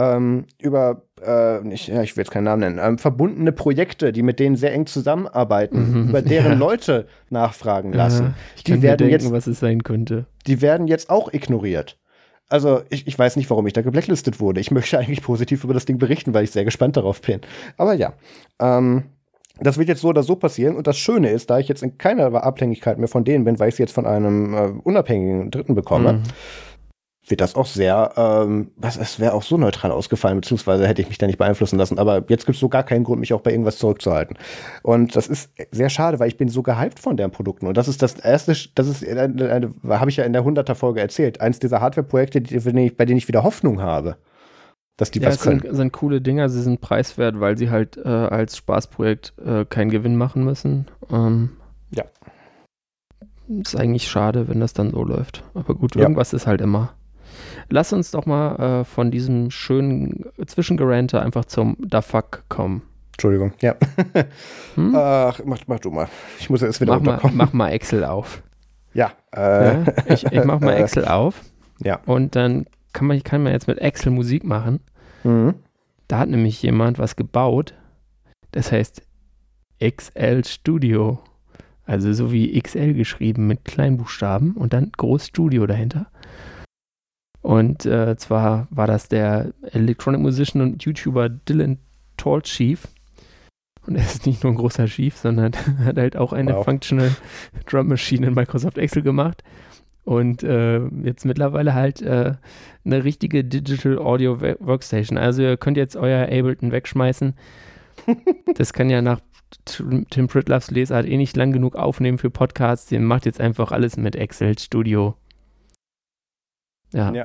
will jetzt keinen Namen nennen, verbundene Projekte, die mit denen sehr eng zusammenarbeiten, über deren Leute nachfragen lassen. Ich kann mir denken, was es sein könnte. Die werden jetzt auch ignoriert. Also ich weiß nicht, warum ich da geblacklistet wurde. Ich möchte eigentlich positiv über das Ding berichten, weil ich sehr gespannt darauf bin. Aber ja, das wird jetzt so oder so passieren. Und das Schöne ist, da ich jetzt in keiner Abhängigkeit mehr von denen bin, weil ich sie jetzt von einem unabhängigen Dritten bekomme, wird das auch sehr, es wäre auch so neutral ausgefallen, beziehungsweise hätte ich mich da nicht beeinflussen lassen. Aber jetzt gibt es so gar keinen Grund, mich auch bei irgendwas zurückzuhalten. Und das ist sehr schade, weil ich bin so gehypt von deren Produkten. Und das ist das erste, habe ich ja in der 100er-Folge erzählt, eins dieser Hardware-Projekte, bei denen ich wieder Hoffnung habe, dass die was können. Sind coole Dinger, sie sind preiswert, weil sie halt als Spaßprojekt keinen Gewinn machen müssen. Ja. Ist eigentlich schade, wenn das dann so läuft. Aber gut, irgendwas ist halt immer. Lass uns doch mal von diesem schönen Zwischengerante einfach zum Da Fuck kommen. Entschuldigung, ja. Ach, mach du mal. Ich muss jetzt wieder runterkommen. Mach mal Excel auf. Ja. Ich mach mal Excel auf. Ja. Und dann kann man jetzt mit Excel Musik machen. Da hat nämlich jemand was gebaut. Das heißt XL Studio. Also so wie XL geschrieben mit Kleinbuchstaben und dann Groß Studio dahinter. Und zwar war das der Electronic Musician und YouTuber Dylan Tallchief. Und er ist nicht nur ein großer Chief, sondern hat halt auch eine Functional Drum Machine in Microsoft Excel gemacht. Und jetzt mittlerweile halt eine richtige Digital Audio Workstation. Also ihr könnt jetzt euer Ableton wegschmeißen. Das kann ja nach Tim Pritloffs Lesart nicht lang genug aufnehmen für Podcasts. Ihr macht jetzt einfach alles mit Excel Studio. Ja.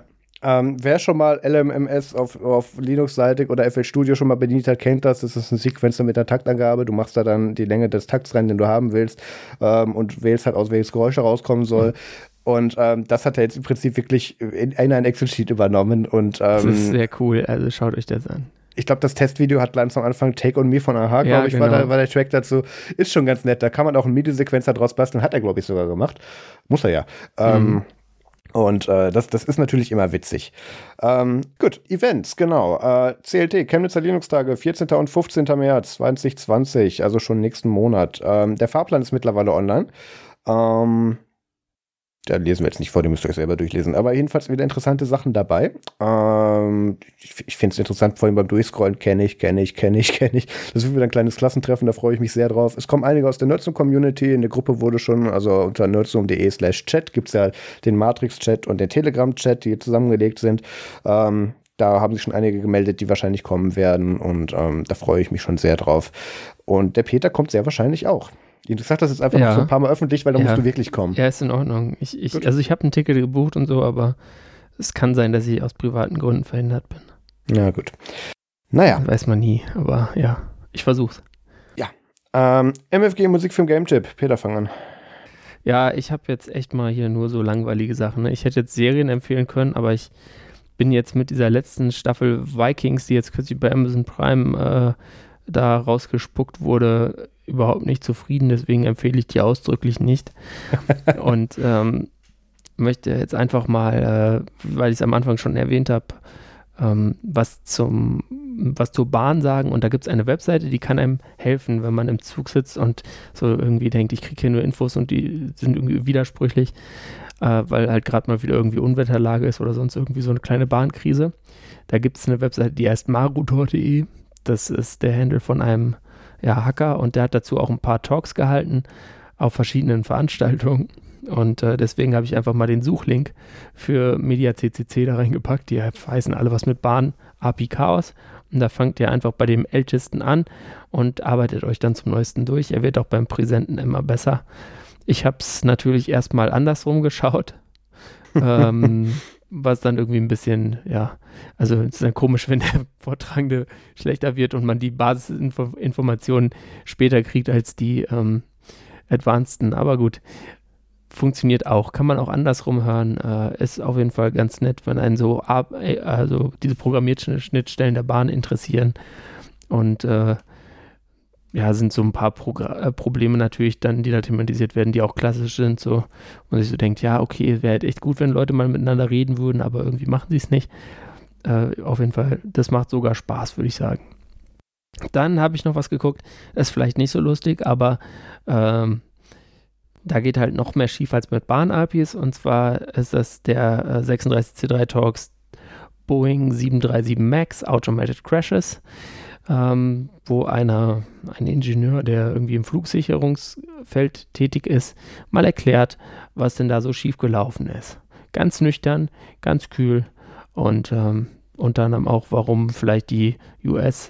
Wer schon mal LMMS auf Linux-seitig oder FL Studio schon mal bedient hat, kennt das. Das ist ein Sequencer mit der Taktangabe. Du machst da dann die Länge des Takts rein, den du haben willst, und wählst halt aus, welches Geräusch rauskommen soll. Und das hat er jetzt im Prinzip wirklich in ein Excel-Sheet übernommen. Und, das ist sehr cool. Also schaut euch das an. Ich glaube, das Testvideo hat ganz am Anfang Take on Me von Aha, glaube ich, genau. war der Track dazu. Ist schon ganz nett. Da kann man auch einen MIDI-Sequencer draus basteln. Hat er, glaube ich, sogar gemacht. Muss er ja. Und das ist natürlich immer witzig. Gut, Events, genau. CLT, Chemnitzer Linux-Tage, 14. und 15. März 2020, also schon nächsten Monat. Der Fahrplan ist mittlerweile online. Da lesen wir jetzt nicht vor, den müsst ihr euch selber durchlesen. Aber jedenfalls wieder interessante Sachen dabei. Ich finde es interessant, vor allem beim Durchscrollen, kenne ich. Das ist wieder ein kleines Klassentreffen, da freue ich mich sehr drauf. Es kommen einige aus der Nerdsum-Community. In der Gruppe wurde schon, also unter nerdsum.de/chat gibt es ja den Matrix-Chat und den Telegram-Chat, die zusammengelegt sind. Da haben sich schon einige gemeldet, die wahrscheinlich kommen werden. Und da freue ich mich schon sehr drauf. Und der Peter kommt sehr wahrscheinlich auch. Ich sag das jetzt einfach noch so ein paar Mal öffentlich, weil da musst du wirklich kommen. Ja, ist in Ordnung. Ich habe ein Ticket gebucht und so, aber es kann sein, dass ich aus privaten Gründen verhindert bin. Ja, gut. Naja. Das weiß man nie, aber ja, ich versuch's. Ja. MFG Musikfilm Game Tipp. Peter, fang an. Ja, ich habe jetzt echt mal hier nur so langweilige Sachen. Ne? Ich hätte jetzt Serien empfehlen können, aber ich bin jetzt mit dieser letzten Staffel Vikings, die jetzt kürzlich bei Amazon Prime da rausgespuckt wurde, überhaupt nicht zufrieden, deswegen empfehle ich die ausdrücklich nicht. Und möchte jetzt einfach mal, weil ich es am Anfang schon erwähnt habe, was zur Bahn sagen. Und da gibt es eine Webseite, die kann einem helfen, wenn man im Zug sitzt und so irgendwie denkt, ich kriege hier nur Infos und die sind irgendwie widersprüchlich, weil halt gerade mal wieder irgendwie Unwetterlage ist oder sonst irgendwie so eine kleine Bahnkrise. Da gibt es eine Webseite, die heißt marutor.de. Das ist der Handle von einem Hacker und der hat dazu auch ein paar Talks gehalten auf verschiedenen Veranstaltungen und deswegen habe ich einfach mal den Suchlink für MediaCCC da reingepackt. Die heißen alle was mit Bahn, API Chaos und da fangt ihr einfach bei dem Ältesten an und arbeitet euch dann zum Neuesten durch. Er wird auch beim Präsenten immer besser. Ich habe es natürlich erstmal andersrum geschaut. Was dann irgendwie ein bisschen, also es ist dann komisch, wenn der Vortragende schlechter wird und man die Basisinformationen später kriegt als die advanceden. Aber gut, funktioniert auch. Kann man auch andersrum hören. Ist auf jeden Fall ganz nett, wenn einen so also diese programmierten Schnittstellen der Bahn interessieren. Und sind so ein paar Probleme natürlich dann, die da thematisiert werden, die auch klassisch sind, so, und sich so denkt, ja, okay, wäre halt echt gut, wenn Leute mal miteinander reden würden, aber irgendwie machen sie es nicht. Auf jeden Fall, das macht sogar Spaß, würde ich sagen. Dann habe ich noch was geguckt, ist vielleicht nicht so lustig, aber da geht halt noch mehr schief als mit Bahn-APIs, und zwar ist das der 36C3 Talks Boeing 737 MAX Automated Crashes, wo ein Ingenieur, der irgendwie im Flugsicherungsfeld tätig ist, mal erklärt, was denn da so schief gelaufen ist. Ganz nüchtern, ganz kühl und unter anderem auch, warum vielleicht die US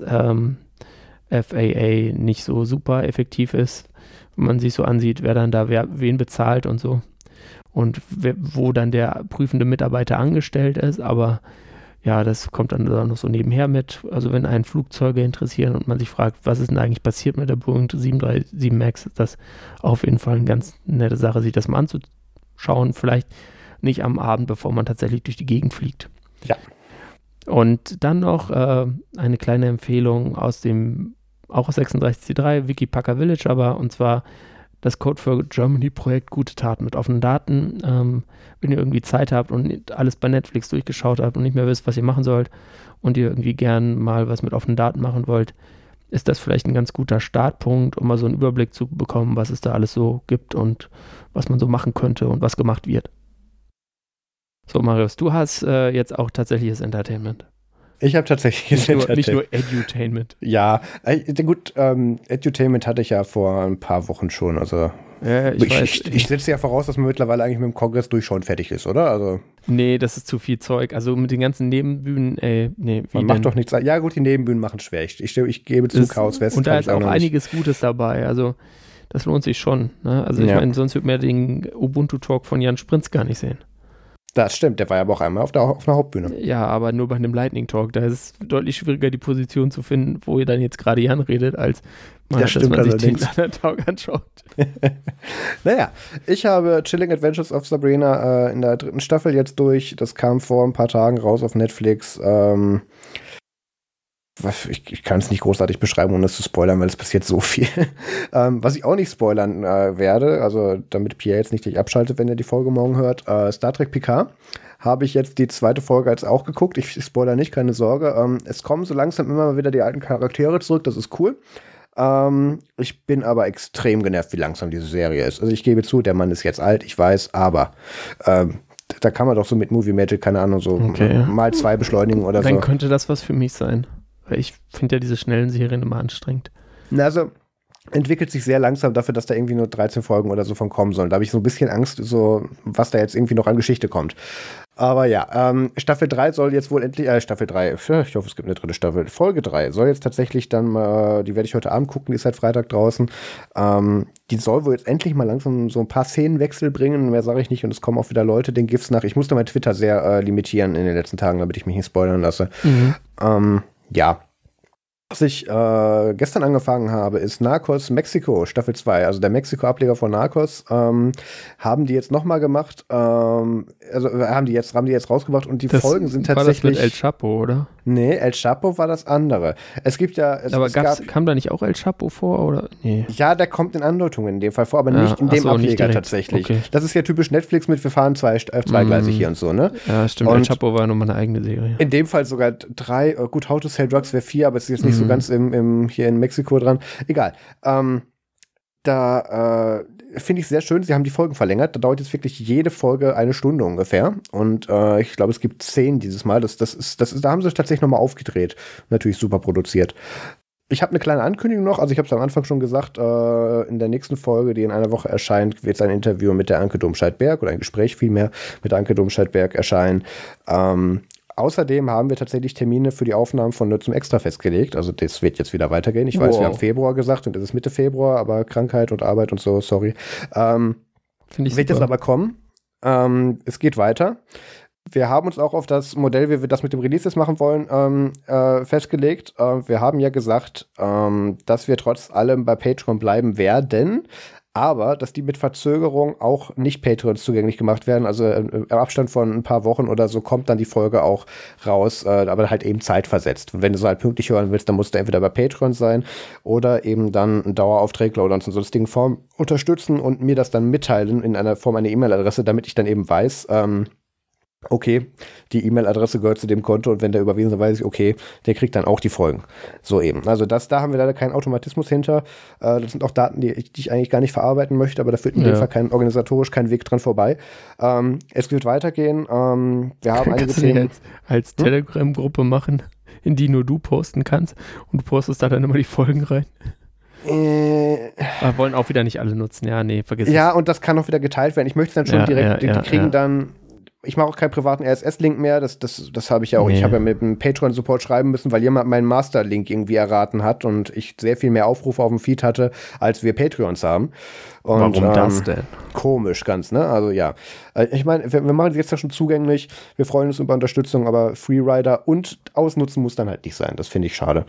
FAA nicht so super effektiv ist, wenn man sich so ansieht, wer dann da wen bezahlt und so und wo dann der prüfende Mitarbeiter angestellt ist, aber ja, das kommt dann noch so nebenher mit. Also wenn einen Flugzeuge interessieren und man sich fragt, was ist denn eigentlich passiert mit der Boeing 737 MAX, ist das auf jeden Fall eine ganz nette Sache, sich das mal anzuschauen. Vielleicht nicht am Abend, bevor man tatsächlich durch die Gegend fliegt. Ja. Und dann noch eine kleine Empfehlung auch aus 36C3, Wikipacker Village, und zwar das Code for Germany Projekt Gute Taten mit offenen Daten. Wenn ihr irgendwie Zeit habt und alles bei Netflix durchgeschaut habt und nicht mehr wisst, was ihr machen sollt und ihr irgendwie gern mal was mit offenen Daten machen wollt, ist das vielleicht ein ganz guter Startpunkt, um mal so einen Überblick zu bekommen, was es da alles so gibt und was man so machen könnte und was gemacht wird. So, Marius, du hast jetzt auch tatsächliches Entertainment. Ich habe tatsächlich nicht nur Edutainment. Ja, gut, Edutainment hatte ich ja vor ein paar Wochen schon. Also ich setze ja voraus, dass man mittlerweile eigentlich mit dem Kongress durchschauen fertig ist, oder? Also nee, das ist zu viel Zeug. Also mit den ganzen Nebenbühnen, man macht doch nichts. Ja gut, die Nebenbühnen machen schwer. Ich gebe zu, Chaos West. Und da ist auch einiges Gutes dabei. Also das lohnt sich schon. Ne? Also ich meine, sonst würde man den Ubuntu-Talk von Jan Sprinz gar nicht sehen. Das stimmt, der war ja aber auch einmal auf einer Hauptbühne. Ja, aber nur bei einem Lightning Talk. Da ist es deutlich schwieriger, die Position zu finden, wo ihr dann jetzt gerade Jan redet, als dass man sich den anderen Talk anschaut. Naja, ich habe Chilling Adventures of Sabrina in der 3. Staffel jetzt durch. Das kam vor ein paar Tagen raus auf Netflix. Ich kann es nicht großartig beschreiben, ohne es zu spoilern, weil es passiert so viel. Was ich auch nicht spoilern werde, also damit Pierre jetzt nicht gleich abschaltet, wenn er die Folge morgen hört, Star Trek Picard habe ich jetzt die 2. Folge jetzt auch geguckt. Ich spoilere nicht, keine Sorge. Es kommen so langsam immer mal wieder die alten Charaktere zurück, das ist cool. Ich bin aber extrem genervt, wie langsam diese Serie ist. Also ich gebe zu, der Mann ist jetzt alt, ich weiß, aber da kann man doch so mit Movie Magic, keine Ahnung, so mal 2 beschleunigen oder so. Dann könnte das was für mich sein. Weil ich finde ja diese schnellen Serien immer anstrengend. Also entwickelt sich sehr langsam dafür, dass da irgendwie nur 13 Folgen oder so von kommen sollen. Da habe ich so ein bisschen Angst, so was da jetzt irgendwie noch an Geschichte kommt. Aber ja, Staffel 3 soll jetzt wohl endlich, Staffel 3, ich hoffe, es gibt eine 3. Staffel. Folge 3 soll jetzt tatsächlich dann mal, die werde ich heute Abend gucken, die ist seit Freitag draußen. Die soll wohl jetzt endlich mal langsam so ein paar Szenenwechsel bringen, mehr sage ich nicht, und es kommen auch wieder Leute den GIFs nach. Ich musste mein Twitter sehr limitieren in den letzten Tagen, damit ich mich nicht spoilern lasse. Ja. Was ich gestern angefangen habe, ist Narcos Mexiko, Staffel 2. Also der Mexiko-Ableger von Narcos haben die jetzt nochmal gemacht. Also haben die jetzt rausgebracht und die Folgen sind tatsächlich. War das mit El Chapo, oder? Nee, El Chapo war das andere. Es gibt ja. Aber kam da nicht auch El Chapo vor, oder? Nee. Ja, der kommt in Andeutungen in dem Fall vor, aber nicht in dem Ableger tatsächlich. Okay. Das ist ja typisch Netflix mit, wir fahren zweigleisig hier und so, ne? Ja, stimmt. Und El Chapo war nochmal eine eigene Serie. In dem Fall sogar 3, gut, How to Sell Drugs wäre 4, aber es ist jetzt nicht so ganz hier in Mexiko dran. Egal. Da finde ich sehr schön, sie haben die Folgen verlängert. Da dauert jetzt wirklich jede Folge 1 Stunde ungefähr. Und ich glaube, es gibt 10 dieses Mal. Da haben sie tatsächlich nochmal aufgedreht. Natürlich super produziert. Ich habe eine kleine Ankündigung noch. Also ich habe es am Anfang schon gesagt, in der nächsten Folge, die in einer Woche erscheint, wird es ein Interview mit der Anke Domscheit-Berg oder ein Gespräch vielmehr mit der Anke Domscheit-Berg erscheinen. Außerdem haben wir tatsächlich Termine für die Aufnahmen von Nerd zum Extra festgelegt. Also das wird jetzt wieder weitergehen. Ich weiß, wir haben Februar gesagt und es ist Mitte Februar, aber Krankheit und Arbeit und so, sorry. Finde ich wird jetzt aber kommen. Es geht weiter. Wir haben uns auch auf das Modell, wie wir das mit dem Release jetzt machen wollen, festgelegt. Wir haben ja gesagt, dass wir trotz allem bei Patreon bleiben werden. Aber, dass die mit Verzögerung auch nicht Patreons zugänglich gemacht werden. Also im Abstand von ein paar Wochen oder so kommt dann die Folge auch raus, aber halt eben zeitversetzt. Und wenn du so halt pünktlich hören willst, dann musst du entweder bei Patreon sein oder eben dann einen Dauerauftragler oder uns in sonstigen Form unterstützen und mir das dann mitteilen in einer Form einer E-Mail-Adresse, damit ich dann eben weiß, okay, die E-Mail-Adresse gehört zu dem Konto und wenn der überwiesen ist, weiß ich, okay, der kriegt dann auch die Folgen. So eben. Also da haben wir leider keinen Automatismus hinter. Das sind auch Daten, die ich eigentlich gar nicht verarbeiten möchte, aber da führt in dem Fall organisatorisch kein Weg dran vorbei. Es wird weitergehen. Wir haben einige Themen. Als Telegram-Gruppe machen, in die nur du posten kannst und du postest da dann immer die Folgen rein. Aber wollen auch wieder nicht alle nutzen. Ja, nee, vergiss es. Ja, und das kann auch wieder geteilt werden. Ich möchte es dann schon direkt, die kriegen dann. Ich mache auch keinen privaten RSS-Link mehr, das habe ich ja auch. Nee. Ich habe ja mit dem Patreon-Support schreiben müssen, weil jemand meinen Master-Link irgendwie erraten hat und ich sehr viel mehr Aufrufe auf dem Feed hatte, als wir Patreons haben. Und, warum das denn? Komisch ganz, ne? Also ja. Ich meine, wir machen es jetzt ja schon zugänglich, wir freuen uns über Unterstützung, aber Freerider und ausnutzen muss dann halt nicht sein. Das finde ich schade.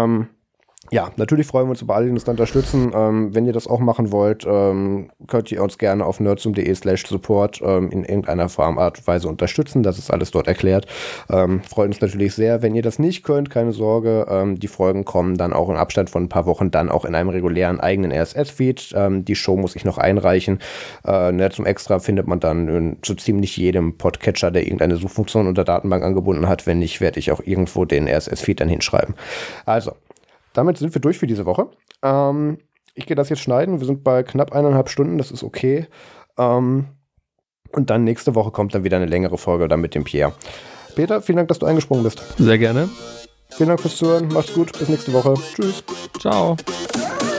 Ja, natürlich freuen wir uns über alle, die uns dann unterstützen. Wenn ihr das auch machen wollt, könnt ihr uns gerne auf nerdsum.de/support in irgendeiner Form, Art und Weise unterstützen. Das ist alles dort erklärt. Freut uns natürlich sehr. Wenn ihr das nicht könnt, keine Sorge. Die Folgen kommen dann auch im Abstand von ein paar Wochen dann auch in einem regulären eigenen RSS-Feed. Die Show muss ich noch einreichen. Nerdsum Extra findet man dann in so ziemlich jedem Podcatcher, der irgendeine Suchfunktion unter Datenbank angebunden hat. Wenn nicht, werde ich auch irgendwo den RSS-Feed dann hinschreiben. Also, damit sind wir durch für diese Woche. Ich gehe das jetzt schneiden. Wir sind bei knapp 1,5 Stunden. Das ist okay. Und dann nächste Woche kommt dann wieder eine längere Folge dann mit dem Pierre. Peter, vielen Dank, dass du eingesprungen bist. Sehr gerne. Vielen Dank fürs Zuhören. Macht's gut. Bis nächste Woche. Tschüss. Ciao.